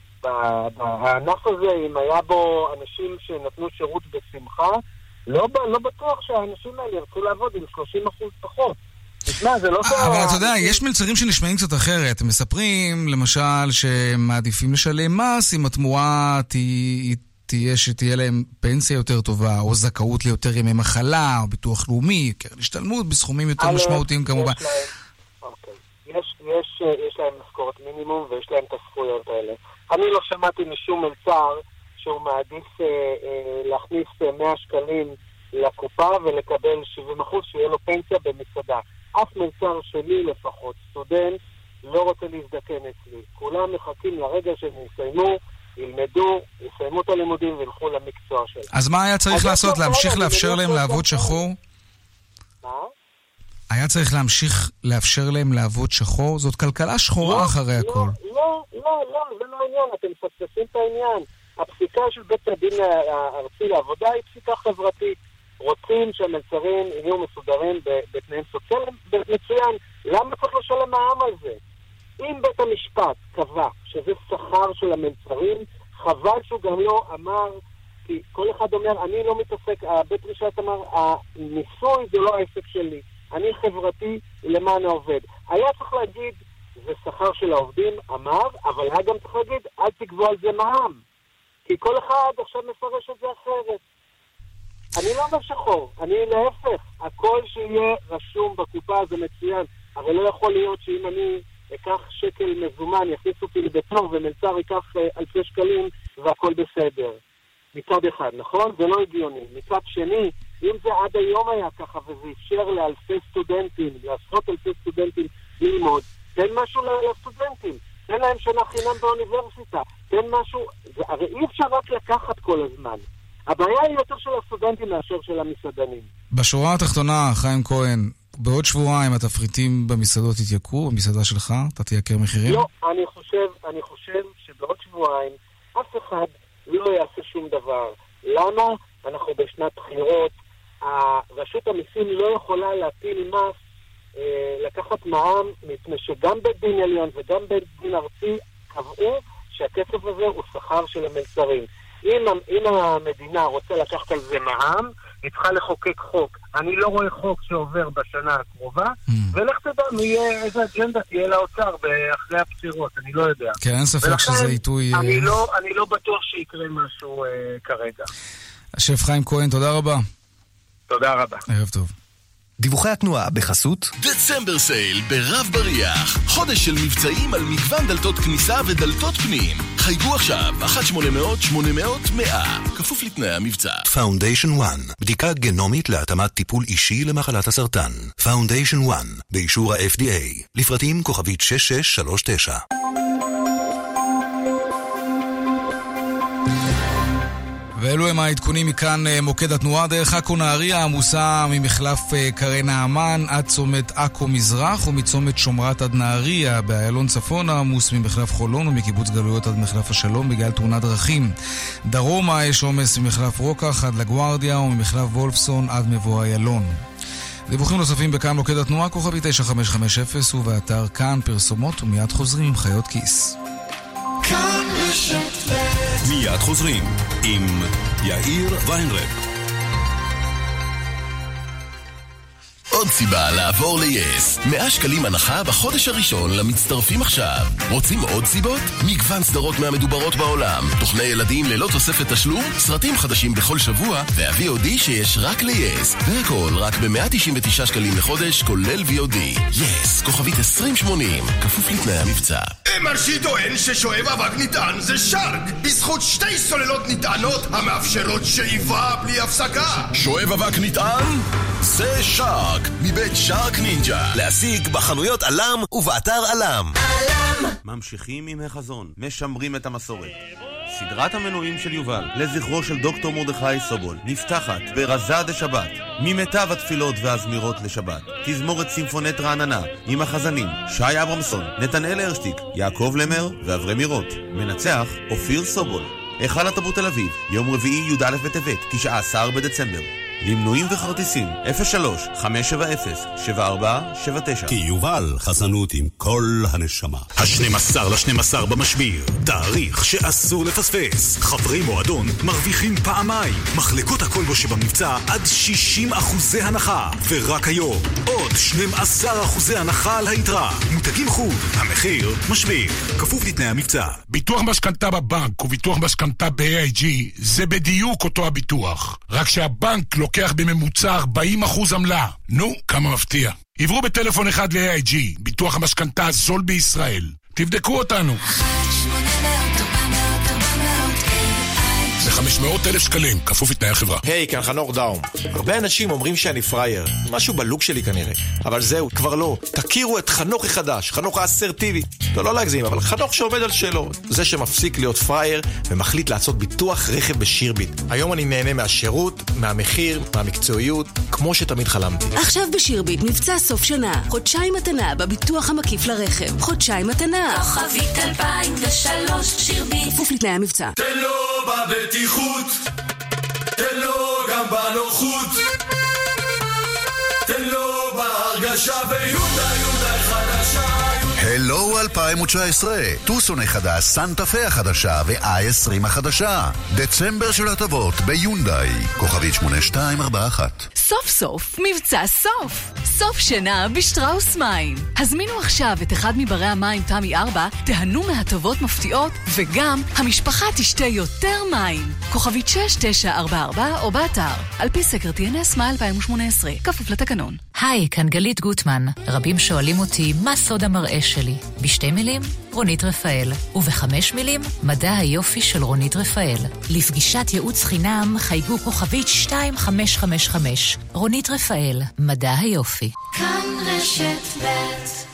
הענף הזה, אם היה בו אנשים שנתנו שירות בשמחה, לא, לא בטוח שהאנשים האלה ירצו לעבוד עם שלושים אחוז פחות. תשמע, זה לא... אבל אתה יודע, יש מלצרים שנשמעים קצת אחרת. הם מספרים, למשל, שהם מעדיפים לשלם מס, אם התמורה תהיה שתהיה להם פנסיה יותר טובה, או זכאות ליותר ימי מחלה, או ביטוח לאומי, קרן השתלמות, בסכומים יותר משמעותיים כמובן. יש, יש, יש להם משכורת מינימום ויש להם את הזכויות האלה. אני לא שמעתי משום מלצר שהוא מעדיף אה, אה, להכניס מאה שקלים לקופה ולקבל שבעים אחוז שיהיה לו פנסיה במסעדה. אף מלצר שלי לפחות, סטודנט, לא רוצה להזדקן אצלי. כולם מחכים לרגע שהם יסיימו, ילמדו, יסיימו את הלימודים וילכו למקצוע שלהם. אז מה היה צריך לעשות? להמשיך לאפשר להם לעבוד שחור? מה? היה צריך להמשיך לאפשר להם לעבוד שחור? זאת כלכלה שחורה אחרי הכל. לא, לא, לא, זה לא העניין, אתם מפספסים את העניין. הפסיקה של בית הדין הארצי לעבודה היא פסיקה חברתית. רוצים שהמלצרים יהיו מסודרים בתנאים סוציאליים, מצוין. למה צריך לשלם מע"מ על זה? אם בית המשפט קבע שזה שכר של המלצרים, חבל שהוא גם לא אמר, כי כל אחד אומר, אני לא מתעסק, בית המשפט אמר, הניסוי זה לא העסק שלי. אני חברתי למען העובד. היה צריך להגיד, זה שכר של העובדים, אמר, אבל היה גם צריך להגיד, אל תגבו על זה מע"מ. כי כל אחד עכשיו מפרש את זה אחרת. אני לא בשחור, אני להפך. הכל שיהיה רשום בקופה זה מצוין. אבל לא יכול להיות שאם אני אקח שקל מזומן, יכניס אותי לבטור ומלצר ייקח אלפי שקלים והכל בסדר. מצד אחד, נכון? זה לא הגיוני. מצד שני, אם זה עד היום היה ככה וזה אפשר לאלפי סטודנטים, לעשרות אלפי סטודנטים ללמוד, תן משהו לסטודנטים. תן להם שנה חינם באוניברסיטה. תן משהו, זה, הרי אי אפשר רק לקחת כל הזמן. הבעיה היא יותר של הסטודנטים מאשר של המסעדנים. בשורה התחתונה, חיים כהן, בעוד שבועיים התפריטים במסעדות יתייקרו, במסעדה שלך, אתה תייקר מחירים? לא, אני חושב, אני חושב שבעוד שבועיים אף אחד לא יעשה שום דבר. למה? אנחנו בשנת בחירות, רשות המיסים לא יכולה להטיל מס, אה, לקחת מע"מ, מפני שגם בית דין עליון וגם בית דין ארצי קבעו שהכסף הזה הוא שכר של המלצרים. אם, אם המדינה רוצה לקחת על זה מע"מ, היא צריכה לחוקק חוק. אני לא רואה חוק שעובר בשנה הקרובה, mm. ולך תדע, יהיה, איזה אג'נדה תהיה לאוצר אחרי הבחירות, אני לא יודע. כן, אין ספק שזה עיתוי... אני לא, אני לא בטוח שיקרה משהו אה, כרגע. השף חיים כהן, תודה רבה. תודה רבה. ערב טוב. דיווחי התנועה בחסות דצמבר סייל ברב בריח, חודש של מבצעים על מגוון דלתות כניסה ודלתות פנים. חייגו עכשיו אחת שמונה אפס אפס שמונה אפס אפס מאה, כפוף לתנאי המבצע. פאונדיישן וואן, בדיקה גנומית להתאמת טיפול אישי למחלת הסרטן. פאונדיישן וואן, באישור ה-אף די איי, לפרטים כוכבית שש שש שלוש תשע. ואלו הם העדכונים מכאן מוקד התנועה. דרך עכו נהריה עמוסה ממחלף קרן האמן עד צומת עכו מזרח, ומצומת שומרת עד נהריה. באיילון צפון עמוס ממחלף חולון ומקיבוץ גלויות עד מחלף השלום בגלל תאונת דרכים. דרומה יש עומס ממחלף רוקח עד לגוארדיה וממחלף וולפסון עד מבוא איילון. דיווחים נוספים בכאן מוקד התנועה כוכבי תשע חמש חמש אפס ובאתר כאן פרסומות, ומיד חוזרים עם חיות כיס. כאן רשת ב' מיד חוזרים עם יאיר ויינרב. עוד סיבה לעבור ל-יס. מאה שקלים הנחה בחודש הראשון למצטרפים עכשיו. רוצים עוד סיבות? מגוון סדרות מהמדוברות בעולם. תוכני ילדים ללא תוספת תשלום, סרטים חדשים בכל שבוע, וה-וי או די שיש רק ל-יס. והכל רק ב-מאה תשעים ותשעה שקלים לחודש, כולל וי או די. יס, כוכבית עשרים שמונים, כפוף לתנאי המבצע. מרשי טוען ששואב אבק נטען זה שרק, בזכות שתי סוללות נטענות המאפשרות שאיבה בלי הפסקה. שואב אבק נטען? זה שרק, מבית שרק נינג'ה. להשיג בחנויות אלם ובאתר אלם. אלם. ממשיכים עם החזון, משמרים את המסורת. סדרת המנויים של יובל לזכרו של דוקטור מרדכי סובול נפתחת ברזה דה שבת, ממיטב התפילות והזמירות לשבת. תזמורת סימפונית רעננה עם החזנים שי אברמסון, נתנאל הרשטיק, יעקב למר ואברי מירות. מנצח אופיר סובול. היכל התרבות תל אביב, יום רביעי י"א בטבת, תשעה עשר בדצמבר. למנויים וכרטיסים אפס שלוש חמש שבע אפס שבע ארבע שבע תשע. כי יובל חסנות עם כל הנשמה. ה-שנים עשר ל-שנים עשר במשביר, תאריך שאסור לפספס. חברי מועדון מרוויחים פעמיים. מחלקות הכל בו שבמבצע עד שישים אחוזי הנחה, ורק היום עוד שנים עשר אחוזי הנחה על היתרה. מותגים חוד, המחיר משביר, כפוף לתנאי המבצע. ביטוח משכנתה בבנק וביטוח משכנתה ב-איי איי ג'י זה בדיוק אותו הביטוח, רק שהבנק לוקח בממוצע ארבעים אחוז עמלה. נו, כמה מפתיע. עברו בטלפון אחד ל-איי איי ג'י, ביטוח המשכנתה הזול בישראל. תבדקו אותנו. זה חמש מאות אלף שקלים, כפוף לתנאי החברה. היי, כאן חנוך דאום. הרבה אנשים אומרים שאני פרייר, משהו בלוק שלי כנראה. אבל זהו, כבר לא. תכירו את חנוך החדש, חנוך האסרטיבי. לא, לא להגזים, אבל חנוך שעומד על שלו. זה שמפסיק להיות פרייר ומחליט לעשות ביטוח רכב בשירביט. היום אני נהנה מהשירות, מהמחיר, מהמקצועיות, כמו שתמיד חלמתי. עכשיו בשירביט מבצע סוף שנה. חודשיים מתנה בביטוח המקיף לרכב. חודשיים מתנה. כוכבית אלפיים ושלוש שירביט. כפוף לתנאי המבצע. תן לו בבטיחות, תן לו גם בנוחות, תן לו בהרגשה ביונדאי יונדאי חדשה. הלו אלפיים תשע עשרה, טוסון החדש, סנטה פה החדשה ו-איי עשרים החדשה. דצמבר של הטבות ביונדאי, כוכבית שמונה שתיים ארבע אחת. סוף סוף, מבצע סוף. סוף שנה בשטראוס מים. הזמינו עכשיו את אחד מברי המים תמי ארבע, תהנו מהטבות מפתיעות, וגם המשפחה תשתה יותר מים. כוכבית שש תשע ארבע ארבע או באתר, על פי סקר טי אן אס מאי אלפיים שמונה עשרה, כפוף לתקנון. היי, כאן גלית גוטמן. רבים שואלים אותי מה סוד המראה שלי. בשתי מילים, רונית רפאל. ובחמש מילים, מדע היופי של רונית רפאל. לפגישת ייעוץ חינם חייגו כוכבית שתיים חמש חמש חמש. רונית רפאל, מדע היופי. כאן רשת ב'.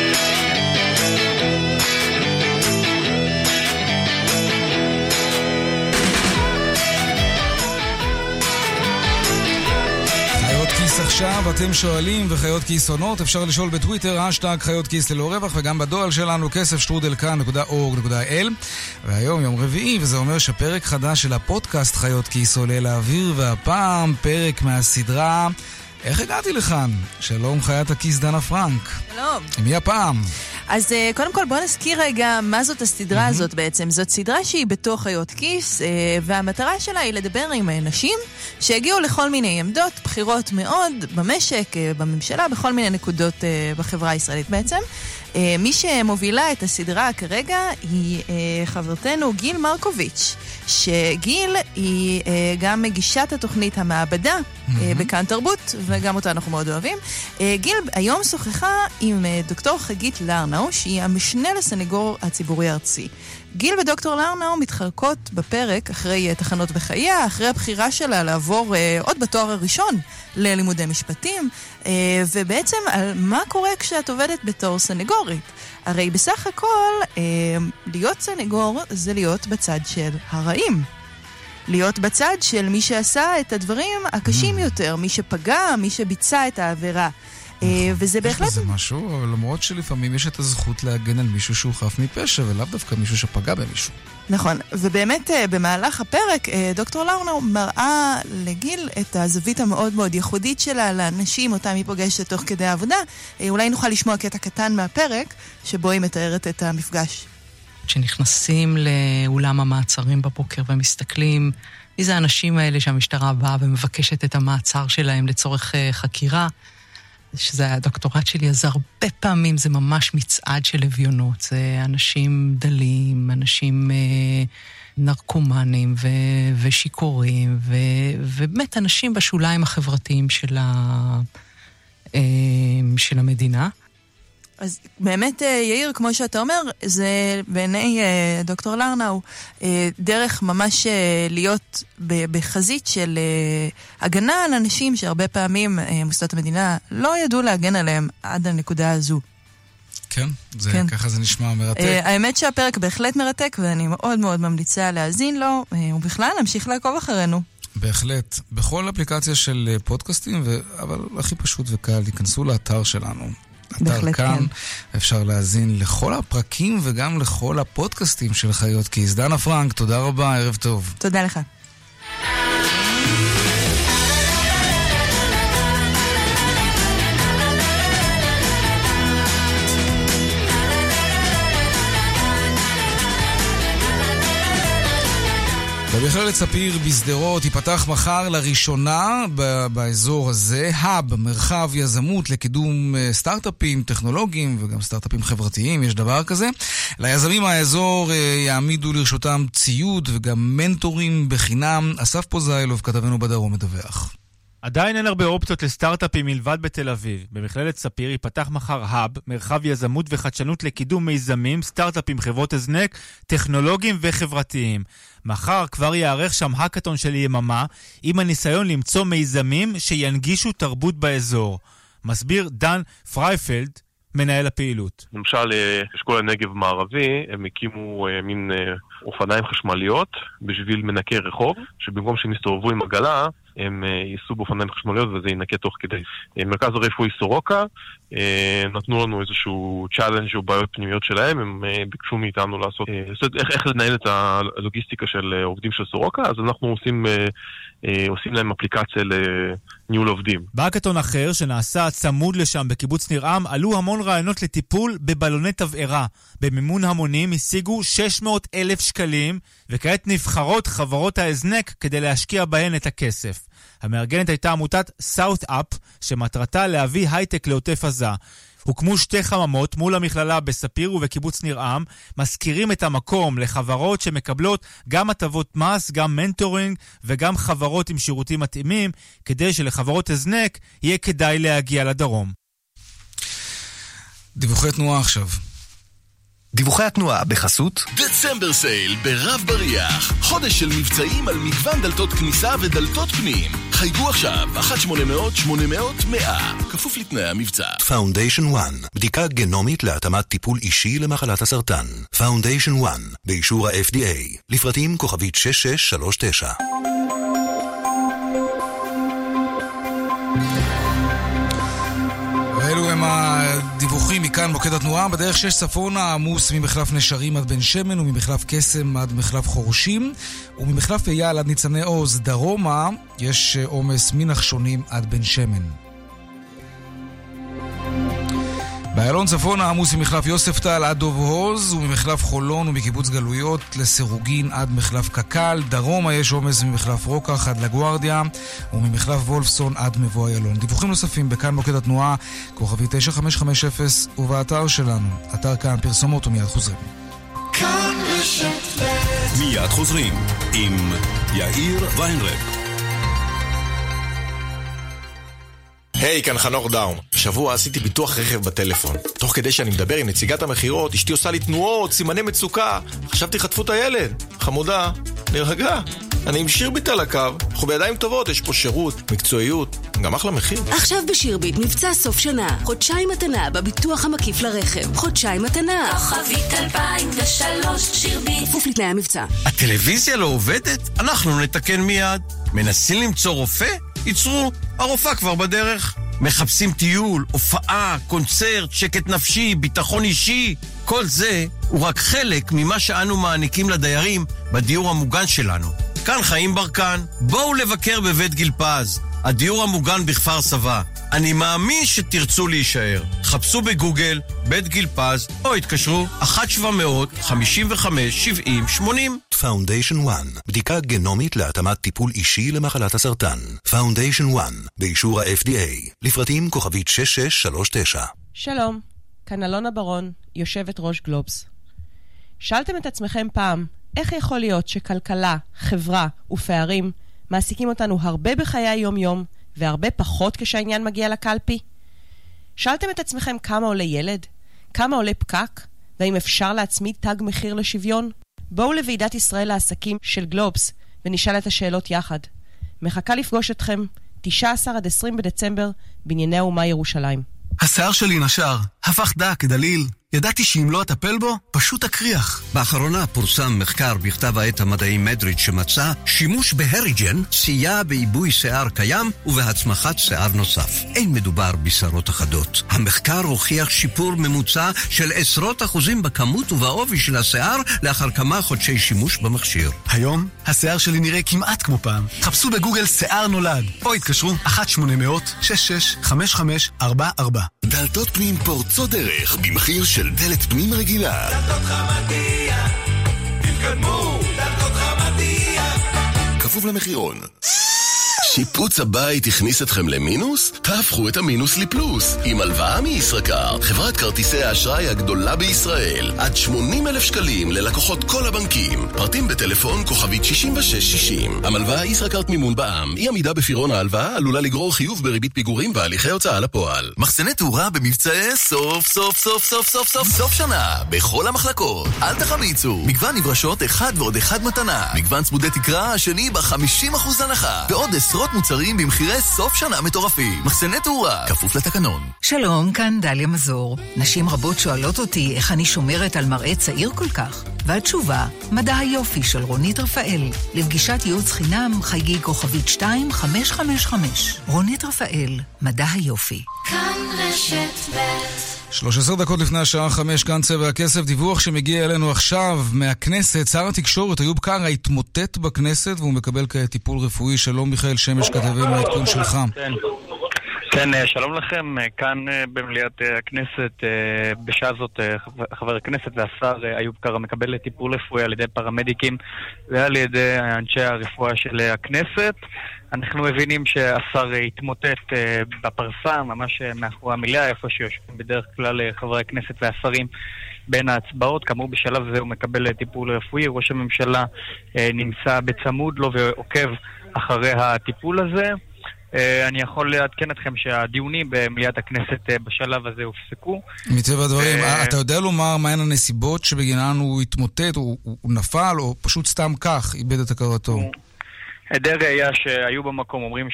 כיס עכשיו, אתם שואלים וחיות כיס עונות, אפשר לשאול בטוויטר, השטג חיות כיס ללא רווח, וגם בדואל שלנו, כסף שטרודל כאן נקודה אורג נקודה איי אל. והיום יום רביעי, וזה אומר שפרק חדש של הפודקאסט חיות כיס עולה לאוויר, והפעם פרק מהסדרה איך הגעתי לכאן? שלום חיית הכיס דנה פרנק. שלום. מי הפעם? אז קודם כל בוא נזכיר רגע מה זאת הסדרה mm-hmm. הזאת בעצם. זאת סדרה שהיא בתוך חיות כיס, והמטרה שלה היא לדבר עם נשים שהגיעו לכל מיני עמדות בחירות מאוד במשק, בממשלה, בכל מיני נקודות בחברה הישראלית בעצם. מי שמובילה את הסדרה כרגע היא חברתנו גיל מרקוביץ', שגיל היא גם מגישת התוכנית המעבדה mm-hmm. בכאן תרבות, וגם אותה אנחנו מאוד אוהבים. גיל היום שוחחה עם דוקטור חגית לרנאו, שהיא המשנה לסניגור הציבורי הארצי. גיל ודוקטור לרנאו מתחלקות בפרק אחרי תחנות בחייה, אחרי הבחירה שלה לעבור עוד בתואר הראשון ללימודי משפטים, ובעצם על מה קורה כשאת עובדת בתור סניגורית. הרי בסך הכל, להיות סניגור זה להיות בצד של הרעים. להיות בצד של מי שעשה את הדברים הקשים יותר, מי שפגע, מי שביצע את העבירה. וזה בהחלט... זה משהו, אבל למרות שלפעמים יש את הזכות להגן על מישהו שהוא חף מפשע, ולאו דווקא מישהו שפגע במישהו. נכון, ובאמת במהלך הפרק דוקטור לרנאו מראה לגיל את הזווית המאוד מאוד ייחודית שלה לאנשים אותם היא פוגשת תוך כדי העבודה. אולי נוכל לשמוע קטע קטן מהפרק שבו היא מתארת את המפגש. כשנכנסים לאולם המעצרים בבוקר ומסתכלים מי זה האנשים האלה שהמשטרה באה ומבקשת את המעצר שלהם לצורך חקירה, שזה הדוקטורט שלי, אז הרבה פעמים זה ממש מצעד של לביונות. זה אנשים דלים, אנשים אה, נרקומנים ו- ושיקורים, ו- ובאמת אנשים בשוליים החברתיים של, ה- אה, של המדינה. אז באמת, יאיר, כמו שאתה אומר, זה בעיני אה, דוקטור לרנאו, אה, דרך ממש אה, להיות ב- בחזית של אה, הגנה על אנשים שהרבה פעמים אה, מוסדות המדינה לא ידעו להגן עליהם עד הנקודה הזו. כן, זה, כן. ככה זה נשמע מרתק. אה, האמת שהפרק בהחלט מרתק, ואני מאוד מאוד ממליצה להאזין לו, אה, ובכלל להמשיך לעקוב אחרינו. בהחלט. בכל אפליקציה של פודקאסטים, ו... אבל הכי פשוט וקל, תיכנסו לאתר שלנו. אתר כאן, כן. אפשר להזין לכל הפרקים וגם לכל הפודקאסטים של חיות כיס. דנה פרנק, תודה רבה, ערב טוב. תודה לך. במכללת ספיר בשדרות ייפתח מחר לראשונה באזור הזה האב, מרחב יזמות לקידום סטארט-אפים טכנולוגיים וגם סטארט-אפים חברתיים, יש דבר כזה. ליזמים האזור יעמידו לרשותם ציוד וגם מנטורים בחינם. אסף פוזיילוב, כתבנו בדרום, מדווח. עדיין אין הרבה אופציות לסטארט-אפים מלבד בתל אביב. במכללת ספיר ייפתח מחר האב, מרחב יזמות וחדשנות לקידום מיזמים, סטארט-אפים, חברות הזנק, טכנולוגיים וחברתיים. מחר כבר יערך שם האקתון של יממה, עם הניסיון למצוא מיזמים שינגישו תרבות באזור. מסביר דן פרייפלד, מנהל הפעילות. למשל, אשכול הנגב מערבי, הם הקימו מין אופניים חשמליות בשביל מנקי רחוב, שבמקום שהם יסתובבו עם עגלה, הם ייסעו באופניים חשמליות וזה ינקה תוך כדי. מרכז הרפואי סורוקה נתנו לנו איזשהו צ'אלנג' או בעיות פנימיות שלהם, הם ביקשו מאיתנו לעשות איך, איך לנהל את הלוגיסטיקה של עובדים של סורוקה, אז אנחנו עושים, עושים להם אפליקציה לניהול עובדים. בהאקתון אחר שנעשה צמוד לשם בקיבוץ ניר עם, עלו המון רעיונות לטיפול בבלוני תבערה. במימון המונים השיגו שש מאות אלף שקלים, וכעת נבחרות חברות ההזנק כדי להשקיע בהן את הכסף. המארגנת הייתה עמותת South-Up, שמטרתה להביא הייטק לעוטף עזה. הוקמו שתי חממות מול המכללה בספיר ובקיבוץ ניר עם, מזכירים את המקום לחברות שמקבלות גם הטבות מס, גם מנטורינג וגם חברות עם שירותים מתאימים, כדי שלחברות הזנק יהיה כדאי להגיע לדרום. דיווחי תנועה עכשיו. דיווחי התנועה בחסות דצמבר סייל ברב בריח, חודש של מבצעים על מגוון דלתות כניסה ודלתות פנים. חייגו עכשיו אחת שמונה אפס אפס שמונה אפס אפס מאה, כפוף לתנאי המבצע. פאונדיישן וואן, בדיקה גנומית להתאמת טיפול אישי למחלת הסרטן. פאונדיישן וואן, באישור ה-אף די איי, לפרטים כוכבית שש שש שלוש תשע. ואלו הם הדיווחים מכאן מוקד התנועה. בדרך שש צפונה עמוס ממחלף נשרים עד בן שמן וממחלף קסם עד מחלף חורשים, וממחלף אייל עד ניצני עוז דרומה יש עומס מנחשונים עד בן שמן. באיילון צפונה עמוס ממחלף יוספטל עד דוב הוז, וממחלף חולון ומקיבוץ גלויות לסירוגין עד מחלף קקל. דרומה יש עומס ממחלף רוקח עד לגוארדיה, וממחלף וולפסון עד מבוא איילון. דיווחים נוספים בכאן מוקד התנועה, כוכבי תשע חמש חמש אפס, ובאתר שלנו, אתר כאן פרסומות ומיד חוזרים. כאן רשת מיד חוזרים עם יאיר ויינרב. היי, hey, כאן חנוך דאום. השבוע עשיתי ביטוח רכב בטלפון. תוך כדי שאני מדבר עם נציגת המחירות, אשתי עושה לי תנועות, סימני מצוקה. חשבתי חטפו את הילד. חמודה, נרגע. אני עם שירביט על הקו. אנחנו בידיים טובות, יש פה שירות, מקצועיות, גם אחלה מחיר. עכשיו בשירביט מבצע סוף שנה. חודשיים מתנה בביטוח המקיף לרכב. חודשיים מתנה. כוכבית אלפיים ושלוש שירביט. כפוף לתנאי המבצע. הטלוויזיה לא עובדת? אנחנו נתקן מיד. מנסים למצוא רופא? ייצרו, הרופאה כבר בדרך. מחפשים טיול, הופעה, קונצרט, שקט נפשי, ביטחון אישי. כל זה הוא רק חלק ממה שאנו מעניקים לדיירים בדיור המוגן שלנו. כאן חיים ברקן, בואו לבקר בבית גיל פז, הדיור המוגן בכפר סבא. אני מאמין שתרצו להישאר. חפשו בגוגל בית גיל פז או התקשרו אחת שבע מאות חמישים וחמש שבעים שמונים. פאונדיישן וואן, בדיקה גנומית להתאמת טיפול אישי למחלת הסרטן. פאונדיישן וואן, באישור ה-אף די איי, לפרטים כוכבית שש שש שלוש תשע. שלום, כאן אלונה ברון, יושבת ראש גלובס. שאלתם את עצמכם פעם, איך יכול להיות שכלכלה, חברה ופערים מעסיקים אותנו הרבה בחיי היום-יום והרבה פחות כשהעניין מגיע לקלפי? שאלתם את עצמכם כמה עולה ילד? כמה עולה פקק? והאם אפשר להצמיד תג מחיר לשוויון? בואו לוועידת ישראל לעסקים של גלובס ונשאל את השאלות יחד. מחכה לפגוש אתכם תשעה עשר עד עשרים בדצמבר בנייני האומה ירושלים. השיער שלי נשר, הפך דק, דליל. ידעתי שאם לא אטפל בו, פשוט אקריח. באחרונה פורסם מחקר בכתב העת המדעי מדריד שמצא שימוש בהריג'ן סייע בעיבוי שיער קיים ובהצמחת שיער נוסף. אין מדובר בשערות אחדות. המחקר הוכיח שיפור ממוצע של עשרות אחוזים בכמות ובעובי של השיער לאחר כמה חודשי שימוש במכשיר. היום השיער שלי נראה כמעט כמו פעם. חפשו בגוגל שיער נולד או התקשרו אחת שמונה מאות שש שש חמש חמש ארבע ארבע. דלתות פנים פורצות דרך במחיר של דלת פנים רגילה. דלתות חמדיה, תתקדמו, דלתות חמדיה. כפוף למחירון. שיפוץ הבית הכניס אתכם למינוס? תהפכו את המינוס לפלוס. עם הלוואה מישראכרט, חברת כרטיסי האשראי הגדולה בישראל. עד שמונים אלף שקלים ללקוחות כל הבנקים. פרטים בטלפון כוכבית שישים ושש שישים. המלוואה ישראכרט מימון בע"מ. אי עמידה בפירעון ההלוואה עלולה לגרור חיוב בריבית פיגורים והליכי הוצאה לפועל. מחסני תאורה במבצעי סוף סוף סוף סוף סוף סוף סוף שנה. בכל המחלקות. אל תחמיצו. מגוון נברשות אחד ועוד אחד מתנה. מגוון צמודי תקרה השני ב-חמישים אחוז הנחה. ועוד עשרות מוצרים במחירי סוף שנה מטורפים. מחסני תאורה, כפוף לתקנון. שלום, כאן דליה מזור. נשים רבות שואלות אותי איך אני שומרת על מראה צעיר כל כך. והתשובה, מדע היופי של רונית רפאל. לפגישת ייעוץ חינם חייגי כוכבית שתיים חמש חמש חמש. רונית רפאל, מדע היופי. כאן רשת ב' שלוש עשרה דקות לפני השעה חמש, כאן צבע הכסף, דיווח שמגיע אלינו עכשיו מהכנסת. שר התקשורת איוב קרא התמוטט בכנסת והוא מקבל כעת טיפול רפואי. שלום מיכאל שמש, כתבנו העדכון שלך. כן. כן, שלום לכם, כאן במליאת הכנסת, בשעה זאת חבר הכנסת והשר איוב קרא מקבל טיפול רפואי על ידי פרמדיקים ועל ידי אנשי הרפואה של הכנסת. אנחנו מבינים שהשר התמוטט בפרסה, ממש מאחורי המליאה, איפה שיושבים בדרך כלל חברי הכנסת והשרים בין ההצבעות. כאמור בשלב זה הוא מקבל טיפול רפואי, ראש הממשלה נמצא בצמוד לו ועוקב אחרי הטיפול הזה. אני יכול לעדכן אתכם שהדיונים במליאת הכנסת בשלב הזה הופסקו. מטבע הדברים, אתה יודע לומר מהן הנסיבות שבגינן הוא התמוטט, הוא נפל או פשוט סתם כך איבד את הכרתו? עדי ראייה שהיו במקום אומרים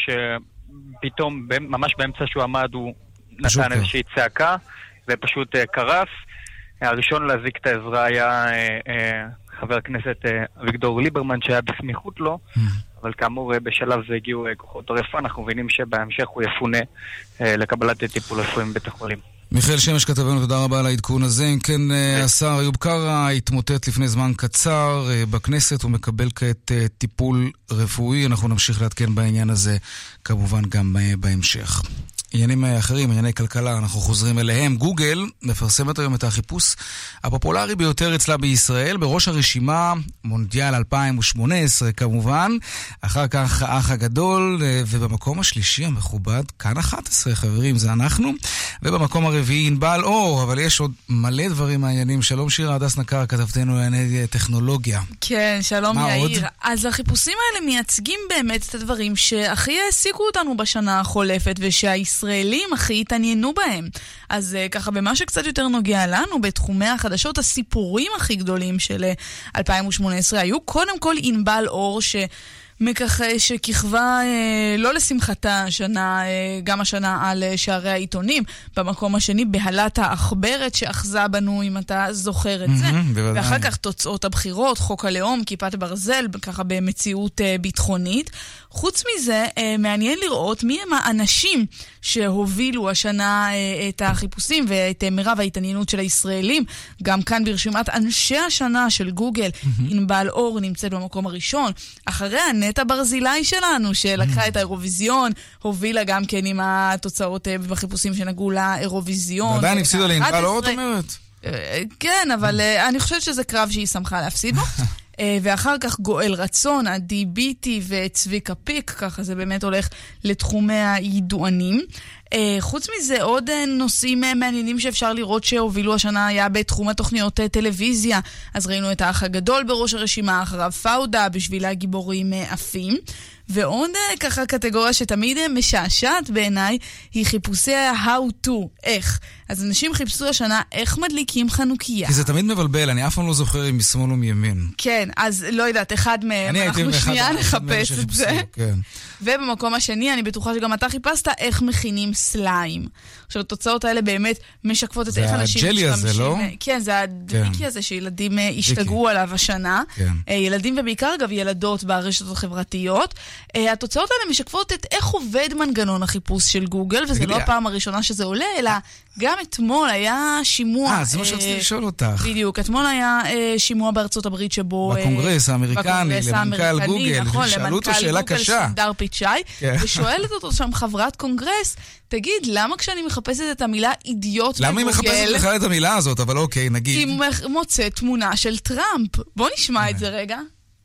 שפתאום ממש באמצע שהוא עמד הוא נתן איזושהי צעקה ופשוט קרס. הראשון להזיק את העזרה היה חבר הכנסת אביגדור ליברמן שהיה בסמיכות לו, אבל כאמור בשלב זה הגיעו כוחות הרפואה. אנחנו מבינים שבהמשך הוא יפונה לקבלת טיפול רפואי בבית החולים. מיכאל שמש כתבנו, תודה רבה על העדכון הזה. אם כן, השר איוב קרא התמוטט לפני זמן קצר בכנסת, הוא מקבל כעת טיפול רפואי. אנחנו נמשיך לעדכן בעניין הזה כמובן גם בהמשך. עניינים אחרים, ענייני כלכלה, אנחנו חוזרים אליהם. גוגל מפרסמת היום את החיפוש הפופולרי ביותר אצלה בישראל, בראש הרשימה מונדיאל אלפיים שמונה עשרה כמובן, אחר כך האח הגדול, ובמקום השלישי המכובד, כאן אחת עשרה חברים, זה אנחנו, ובמקום הרביעי ענבל אור, אבל יש עוד מלא דברים מעניינים. שלום שירה הדס נקר, כתבתנו לענייני טכנולוגיה. כן, שלום מה יאיר. עוד? אז החיפושים האלה מייצגים באמת את הדברים שהכי העסיקו אותנו בשנה החולפת, ושהישראלים הכי התעניינו בהם. אז ככה, במה שקצת יותר נוגע לנו, בתחומי החדשות, הסיפורים הכי גדולים של אלפיים שמונה עשרה היו קודם כל ענבל אור, ש... מככה שכיכבה אה, לא לשמחתה השנה, אה, גם השנה על אה, שערי העיתונים, במקום השני בהלת האחברת שאחזה בנו, אם אתה זוכר את זה. בוודאי. ואחר כך תוצאות הבחירות, חוק הלאום, כיפת ברזל, ככה במציאות אה, ביטחונית. חוץ מזה, אה, מעניין לראות מי הם האנשים שהובילו השנה אה, את החיפושים ואת אה, מרב ההתעניינות של הישראלים. גם כאן ברשימת אנשי השנה של גוגל, ענבל אור נמצאת במקום הראשון, אחרי נטע ברזילי שלנו, שלקחה את האירוויזיון, הובילה גם כן עם התוצאות בחיפושים שנגעו לאירוויזיון. ועדיין הפסידה לענבל אור, את אומרת? כן, אבל אני חושבת שזה קרב שהיא שמחה להפסיד בו. ואחר כך גואל רצון, עדי ביטי וצביקה פיק, ככה זה באמת הולך לתחומי הידוענים. חוץ מזה, עוד נושאים מעניינים שאפשר לראות שהובילו השנה היה בתחום התוכניות טלוויזיה. אז ראינו את האח הגדול בראש הרשימה, אחריו פאודה, בשביל הגיבורים עפים. ועוד ככה קטגוריה שתמיד משעשעת בעיניי, היא חיפושי ה-how to, איך. אז אנשים חיפשו השנה איך מדליקים חנוכיה. כי זה תמיד מבלבל, אני אף פעם לא זוכר אם משמאל או מימין. כן, אז לא יודעת, אחד מהם, אנחנו שנייה נחפש את זה. כן. ובמקום השני, אני בטוחה שגם אתה חיפשת איך מכינים סליים. עכשיו, התוצאות האלה באמת משקפות את איך אנשים... זה הג'לי הזה, לא? כן, זה הדביקי הזה שילדים השתגעו עליו השנה. ילדים ובעיקר, אגב, ילדות ברשתות החברתיות. התוצאות האלה משקפות את איך עובד מנגנון החיפוש של גוגל, וזה לא הפעם הראשונה שזה עולה, אלא גם אתמול היה שימוע... אה, זה מה שרציתי לשאול אותך. בדיוק, אתמול היה שימוע בארצות הברית שבו... בקונגרס האמריקני, למנכ"ל גוגל, שאלו אותו שאלה קשה. סונדר פיצ'אי, ושואלת אותו שם חברת קונגרס, תגיד, למה כשאני מחפשת את המילה אידיוט בגוגל... למה היא מחפשת בכלל את המילה הזאת, אבל אוקיי, נגיד. היא מוצאת תמונה של טראמפ. בוא נשמע את זה רגע.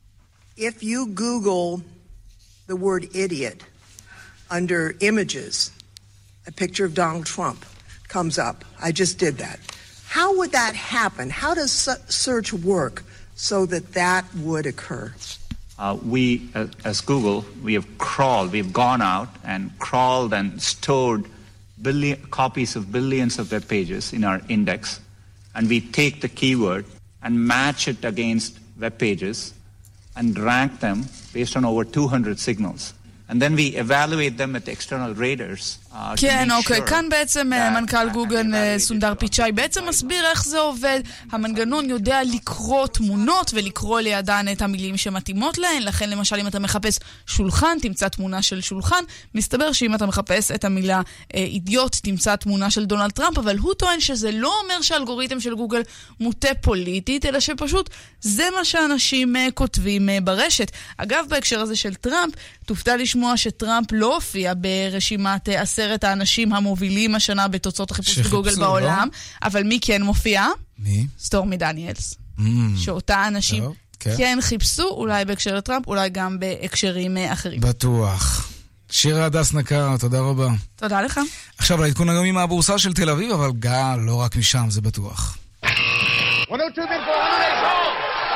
If you Google the word idiot under images, a picture of Donald Trump comes up. I just did that. How would that happen? How does search work so that that would occur? Uh, we, as, as Google, we have crawled, we've gone out and crawled and stored billion, copies of billions of web pages in our index, and we take the keyword and match it against web pages and rank them based on over two hundred signals. And then we evaluate them at external raters. כן, אוקיי, כאן בעצם מנכ"ל גוגל סונדר פיצ'אי בעצם מסביר איך זה עובד. המנגנון יודע לקרוא תמונות ולקרוא לידן את המילים שמתאימות להן, לכן למשל אם אתה מחפש שולחן, תמצא תמונה של שולחן, מסתבר שאם אתה מחפש את המילה אידיוט, תמצא תמונה של דונלד טראמפ, אבל הוא טוען שזה לא אומר שהאלגוריתם של גוגל מוטה פוליטית, אלא שפשוט זה מה שאנשים כותבים ברשת. אגב, בהקשר הזה של טראמפ, תופתע לשמוע שטראמפ לא הופיע ברשימת עשרת האנשים המובילים השנה בתוצאות החיפוש בגוגל בעולם, אבל מי כן מופיע? מי? סטורמי דניאלס. שאותה אנשים כן חיפשו, אולי בהקשר לטראמפ, אולי גם בהקשרים אחרים. בטוח. שירה הדס נקר, תודה רבה. תודה לך. עכשיו לעדכון היומי מהבורסה של תל אביב, אבל גם לא רק משם, זה בטוח. one oh two bid for one hundred,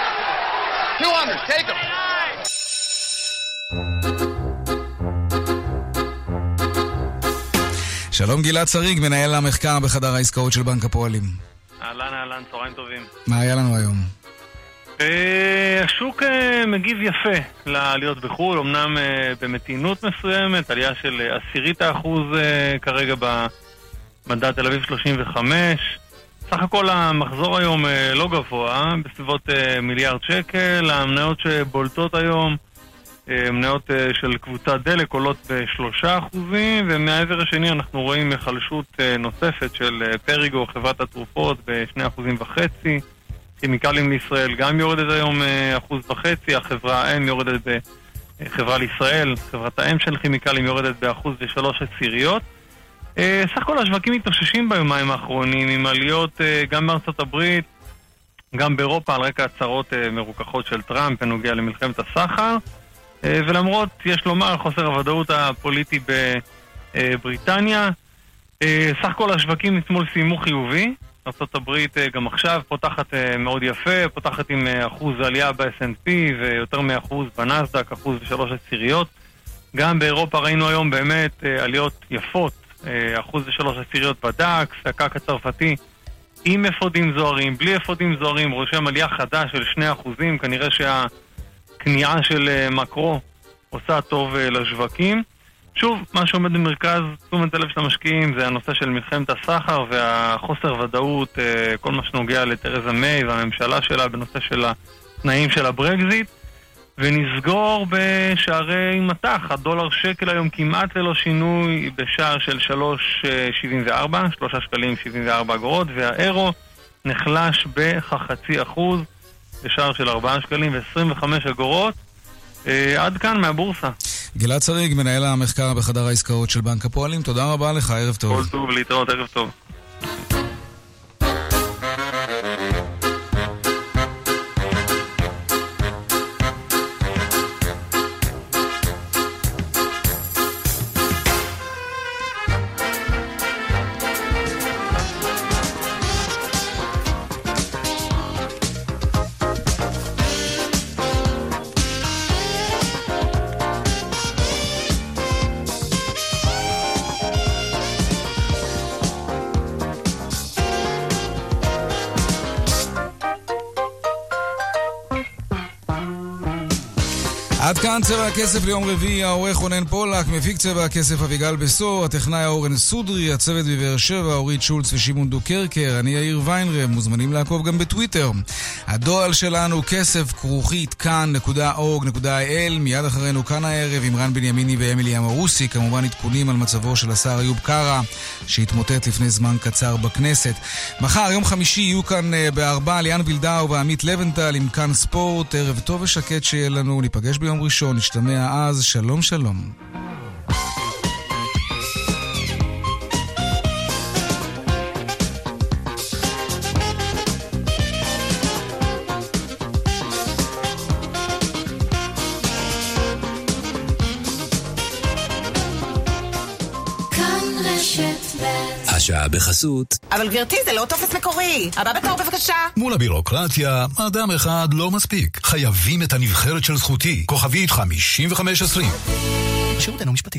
two hundred, take them. שלום גלעד שריג, מנהל המחקר בחדר העסקאות של בנק הפועלים. אהלן, אהלן, צהריים טובים. מה היה לנו היום? השוק מגיב יפה לעליות בחו"ל, אמנם במתינות מסוימת, עלייה של עשירית האחוז כרגע במדד תל אביב שלושים וחמש. סך הכל המחזור היום לא גבוה, בסביבות מיליארד שקל. המניות שבולטות היום, מניות של קבוצת דלק עולות בשלושה אחוזים, ומהעבר השני אנחנו רואים מחלשות נוספת של פריגו, חברת התרופות, בשני אחוזים וחצי. כימיקלים לישראל גם יורדת היום אחוז וחצי, החברה האם יורדת בחברה לישראל, חברת האם של כימיקלים יורדת באחוז ושלוש עשיריות. סך הכל השווקים מתאוששים ביומיים האחרונים, עם עליות גם בארצות הברית, גם באירופה, על רקע הצהרות מרוככות של טראמפ בנוגע למלחמת הסחר, ולמרות, יש לומר, חוסר הוודאות הפוליטי בבריטניה, סך הכל השווקים אתמול סיימו חיובי. ארצות הברית גם עכשיו פותחת מאוד יפה, פותחת עם אחוז עלייה ב-אס אנד פי ויותר מאחוז בנסדק, אחוז ושלוש עשיריות. גם באירופה ראינו היום באמת עליות יפות, אחוז ושלוש עשיריות בדקס, הקק הצרפתי עם אפודים זוהרים, בלי אפודים זוהרים, רושם עלייה חדה של שני אחוזים, כנראה שהקניעה של מקרו עושה טוב לשווקים. שוב, מה שעומד במרכז תשומת הלב של המשקיעים זה הנושא של מלחמת הסחר והחוסר ודאות, כל מה שנוגע לתרזה מיי והממשלה שלה בנושא של התנאים של הברקזיט. ונסגור בשערי מטח, הדולר שקל היום כמעט ללא שינוי בשער של שלוש שבעים וארבע, שלושה שקלים שבעים וארבע אגורות, והאירו נחלש בחצי אחוז בשער של ארבעה שקלים ועשרים וחמש אגורות. עד כאן מהבורסה. גלעד שריג, מנהל המחקר בחדר העסקאות של בנק הפועלים, תודה רבה לך, ערב טוב. כל טוב, להתראות, ערב טוב. עד כאן צבע הכסף ליום רביעי, העורך רונן פולק, מפיק צבע הכסף אביגל בסור, הטכנאי אורן סודרי, הצוות בבאר שבע, אורית שולץ ושמעון דוקרקר, אני יאיר ויינרב, מוזמנים לעקוב גם בטוויטר. הדואל שלנו כסף כרוכית כאן נקודה אורג נקודה איי אל, מיד אחרינו כאן הערב עם רן בנימיני ואמילי אמרוסי, כמובן עדכונים על מצבו של השר איוב קרא, שהתמוטט לפני זמן קצר בכנסת. מחר, יום חמישי, יהיו כאן בארבע ליאן וילדאו ועמית לבנטל עם כאן ספורט, ערב טוב ושקט שיהיה לנו, ניפגש ביום ראשון, נשתמע אז, שלום שלום. השעה בחסות. אבל גברתי, זה לא טופס מקורי. הבא בתור בבקשה. מול הבירוקרטיה, אדם אחד לא מספיק. חייבים את הנבחרת של זכותי. כוכבית חמישים וחמש עשרים. שירותנו משפטי.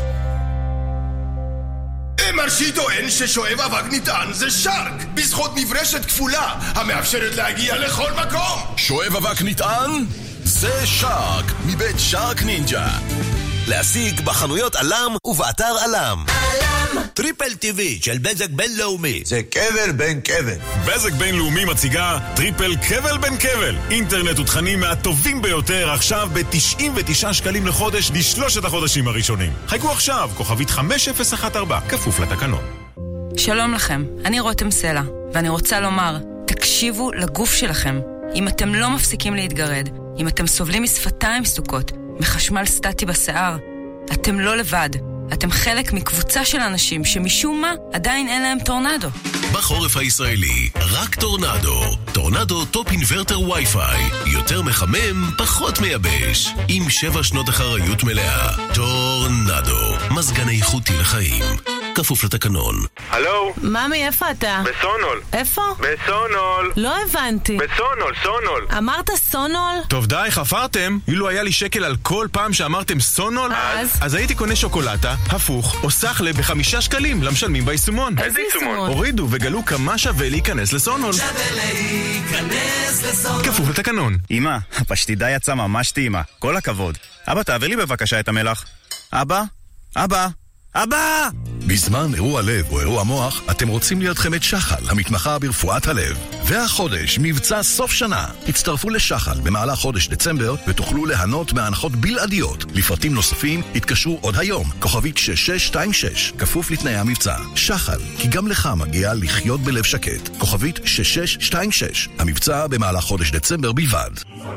מרשי טוען ששואב אבק נטען זה שרק, בזכות מברשת כפולה, המאפשרת להגיע לכל מקום. שואב אבק נטען? זה שרק, מבית שרק נינג'ה. להשיג בחנויות אלם ובאתר אלם. אלם! טריפל טיווי של בזק בינלאומי. זה קבל בין קבל. בזק בינלאומי מציגה טריפל קבל בין קבל. אינטרנט ותכנים מהטובים ביותר עכשיו ב-תשעים ותשעה שקלים לחודש לשלושת החודשים הראשונים. חייגו עכשיו, כוכבית חמש אפס אחת ארבע, כפוף לתקנון. שלום לכם, אני רותם סלע, ואני רוצה לומר, תקשיבו לגוף שלכם. אם אתם לא מפסיקים להתגרד, אם אתם סובלים משפתיים סוכות, מחשמל סטטי בשיער, אתם לא לבד. אתם חלק מקבוצה של אנשים שמשום מה עדיין אין להם טורנדו. בחורף הישראלי, רק טורנדו. טורנדו טופ אינברטר וי-פיי. יותר מחמם, פחות מייבש. עם שבע שנות אחריות מלאה. טורנדו. מזגן איכותי לחיים. כפוף לתקנון. הלו? ממי, איפה אתה? בסונול. איפה? בסונול. לא הבנתי. בסונול, סונול. אמרת סונול? טוב די, חפרתם. אילו היה לי שקל על כל פעם שאמרתם סונול, אז? אז הייתי קונה שוקולטה, הפוך, או סחלה בחמישה שקלים למשלמים ביישומון. איזה יישומון? הורידו וגלו כמה שווה להיכנס לסונול. שווה להיכנס לסונול. כפוף לתקנון. אמא, הפשטידה יצאה ממש טעימה. כל הכבוד. אבא, תעביר לי בבקשה את המלח. אבא? אבא? אבא! בזמן אירוע לב או אירוע מוח, אתם רוצים להיות חמת שחל, המתמחה ברפואת הלב. והחודש, מבצע סוף שנה. הצטרפו לשחל במהלך חודש דצמבר ותוכלו ליהנות מהנחות בלעדיות. לפרטים נוספים, התקשרו עוד היום. כוכבית שש שש שתיים שש, כפוף לתנאי המבצע. שחל, כי גם לך מגיע לחיות בלב שקט. כוכבית שש שש שתיים שש, המבצע במהלך חודש דצמבר בלבד.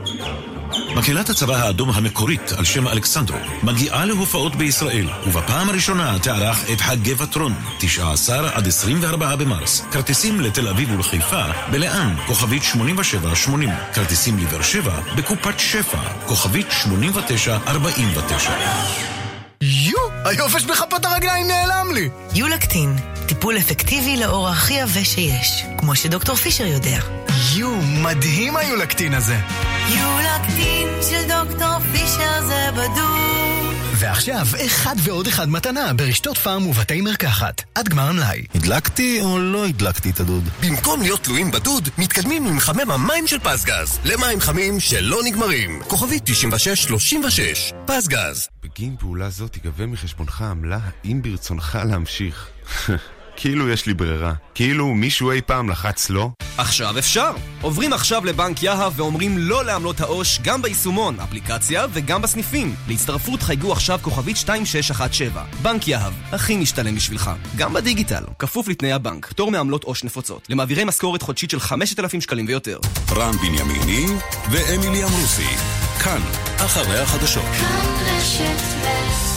מקהלת הצבא האדום המקורית על שם אלכסנדרו מגיעה להופעות בישראל, ובפעם הראשונה תערך את גבעטרון, תשעה עשר עד עשרים וארבעה במרס. כרטיסים לתל אביב ולחיפה, בלאן, כוכבית שמונים ושבע שמונים. כרטיסים לבאר שבע, בקופת שפע, כוכבית שמונים ותשע ארבעים ותשע. יו, היופש בכפות הרגליים נעלם לי. יולקטין, טיפול אפקטיבי לאור הכי יבש שיש, כמו שדוקטור פישר יודע. יו, מדהים היולקטין הזה. יולקטין של דוקטור פישר זה בדוק. ועכשיו, אחד ועוד אחד מתנה ברשתות פארם ובתי מרקחת. עד גמר המלאי. הדלקתי או לא הדלקתי את הדוד? במקום להיות תלויים בדוד, מתקדמים עם מחמם המים של פסגז. למים חמים שלא נגמרים. כוכבית תשעים ושש שלושים ושש. פסגז. בגין פעולה זו תיגבה מחשבונך עמלה, האם ברצונך להמשיך. כאילו יש לי ברירה. כאילו מישהו אי פעם לחץ לא. עכשיו אפשר. עוברים עכשיו לבנק יהב ואומרים לא לעמלות העו"ש גם ביישומון, אפליקציה וגם בסניפים. להצטרפות חייגו עכשיו כוכבית שתיים שש אחת שבע. בנק יהב, הכי משתלם בשבילך. גם בדיגיטל, כפוף לתנאי הבנק. פטור מעמלות עו"ש נפוצות. למעבירי משכורת חודשית של חמשת אלפים שקלים ויותר. רן בנימיני ואמילי אמרוסי. כאן, אחרי החדשות. כאן רשת ב'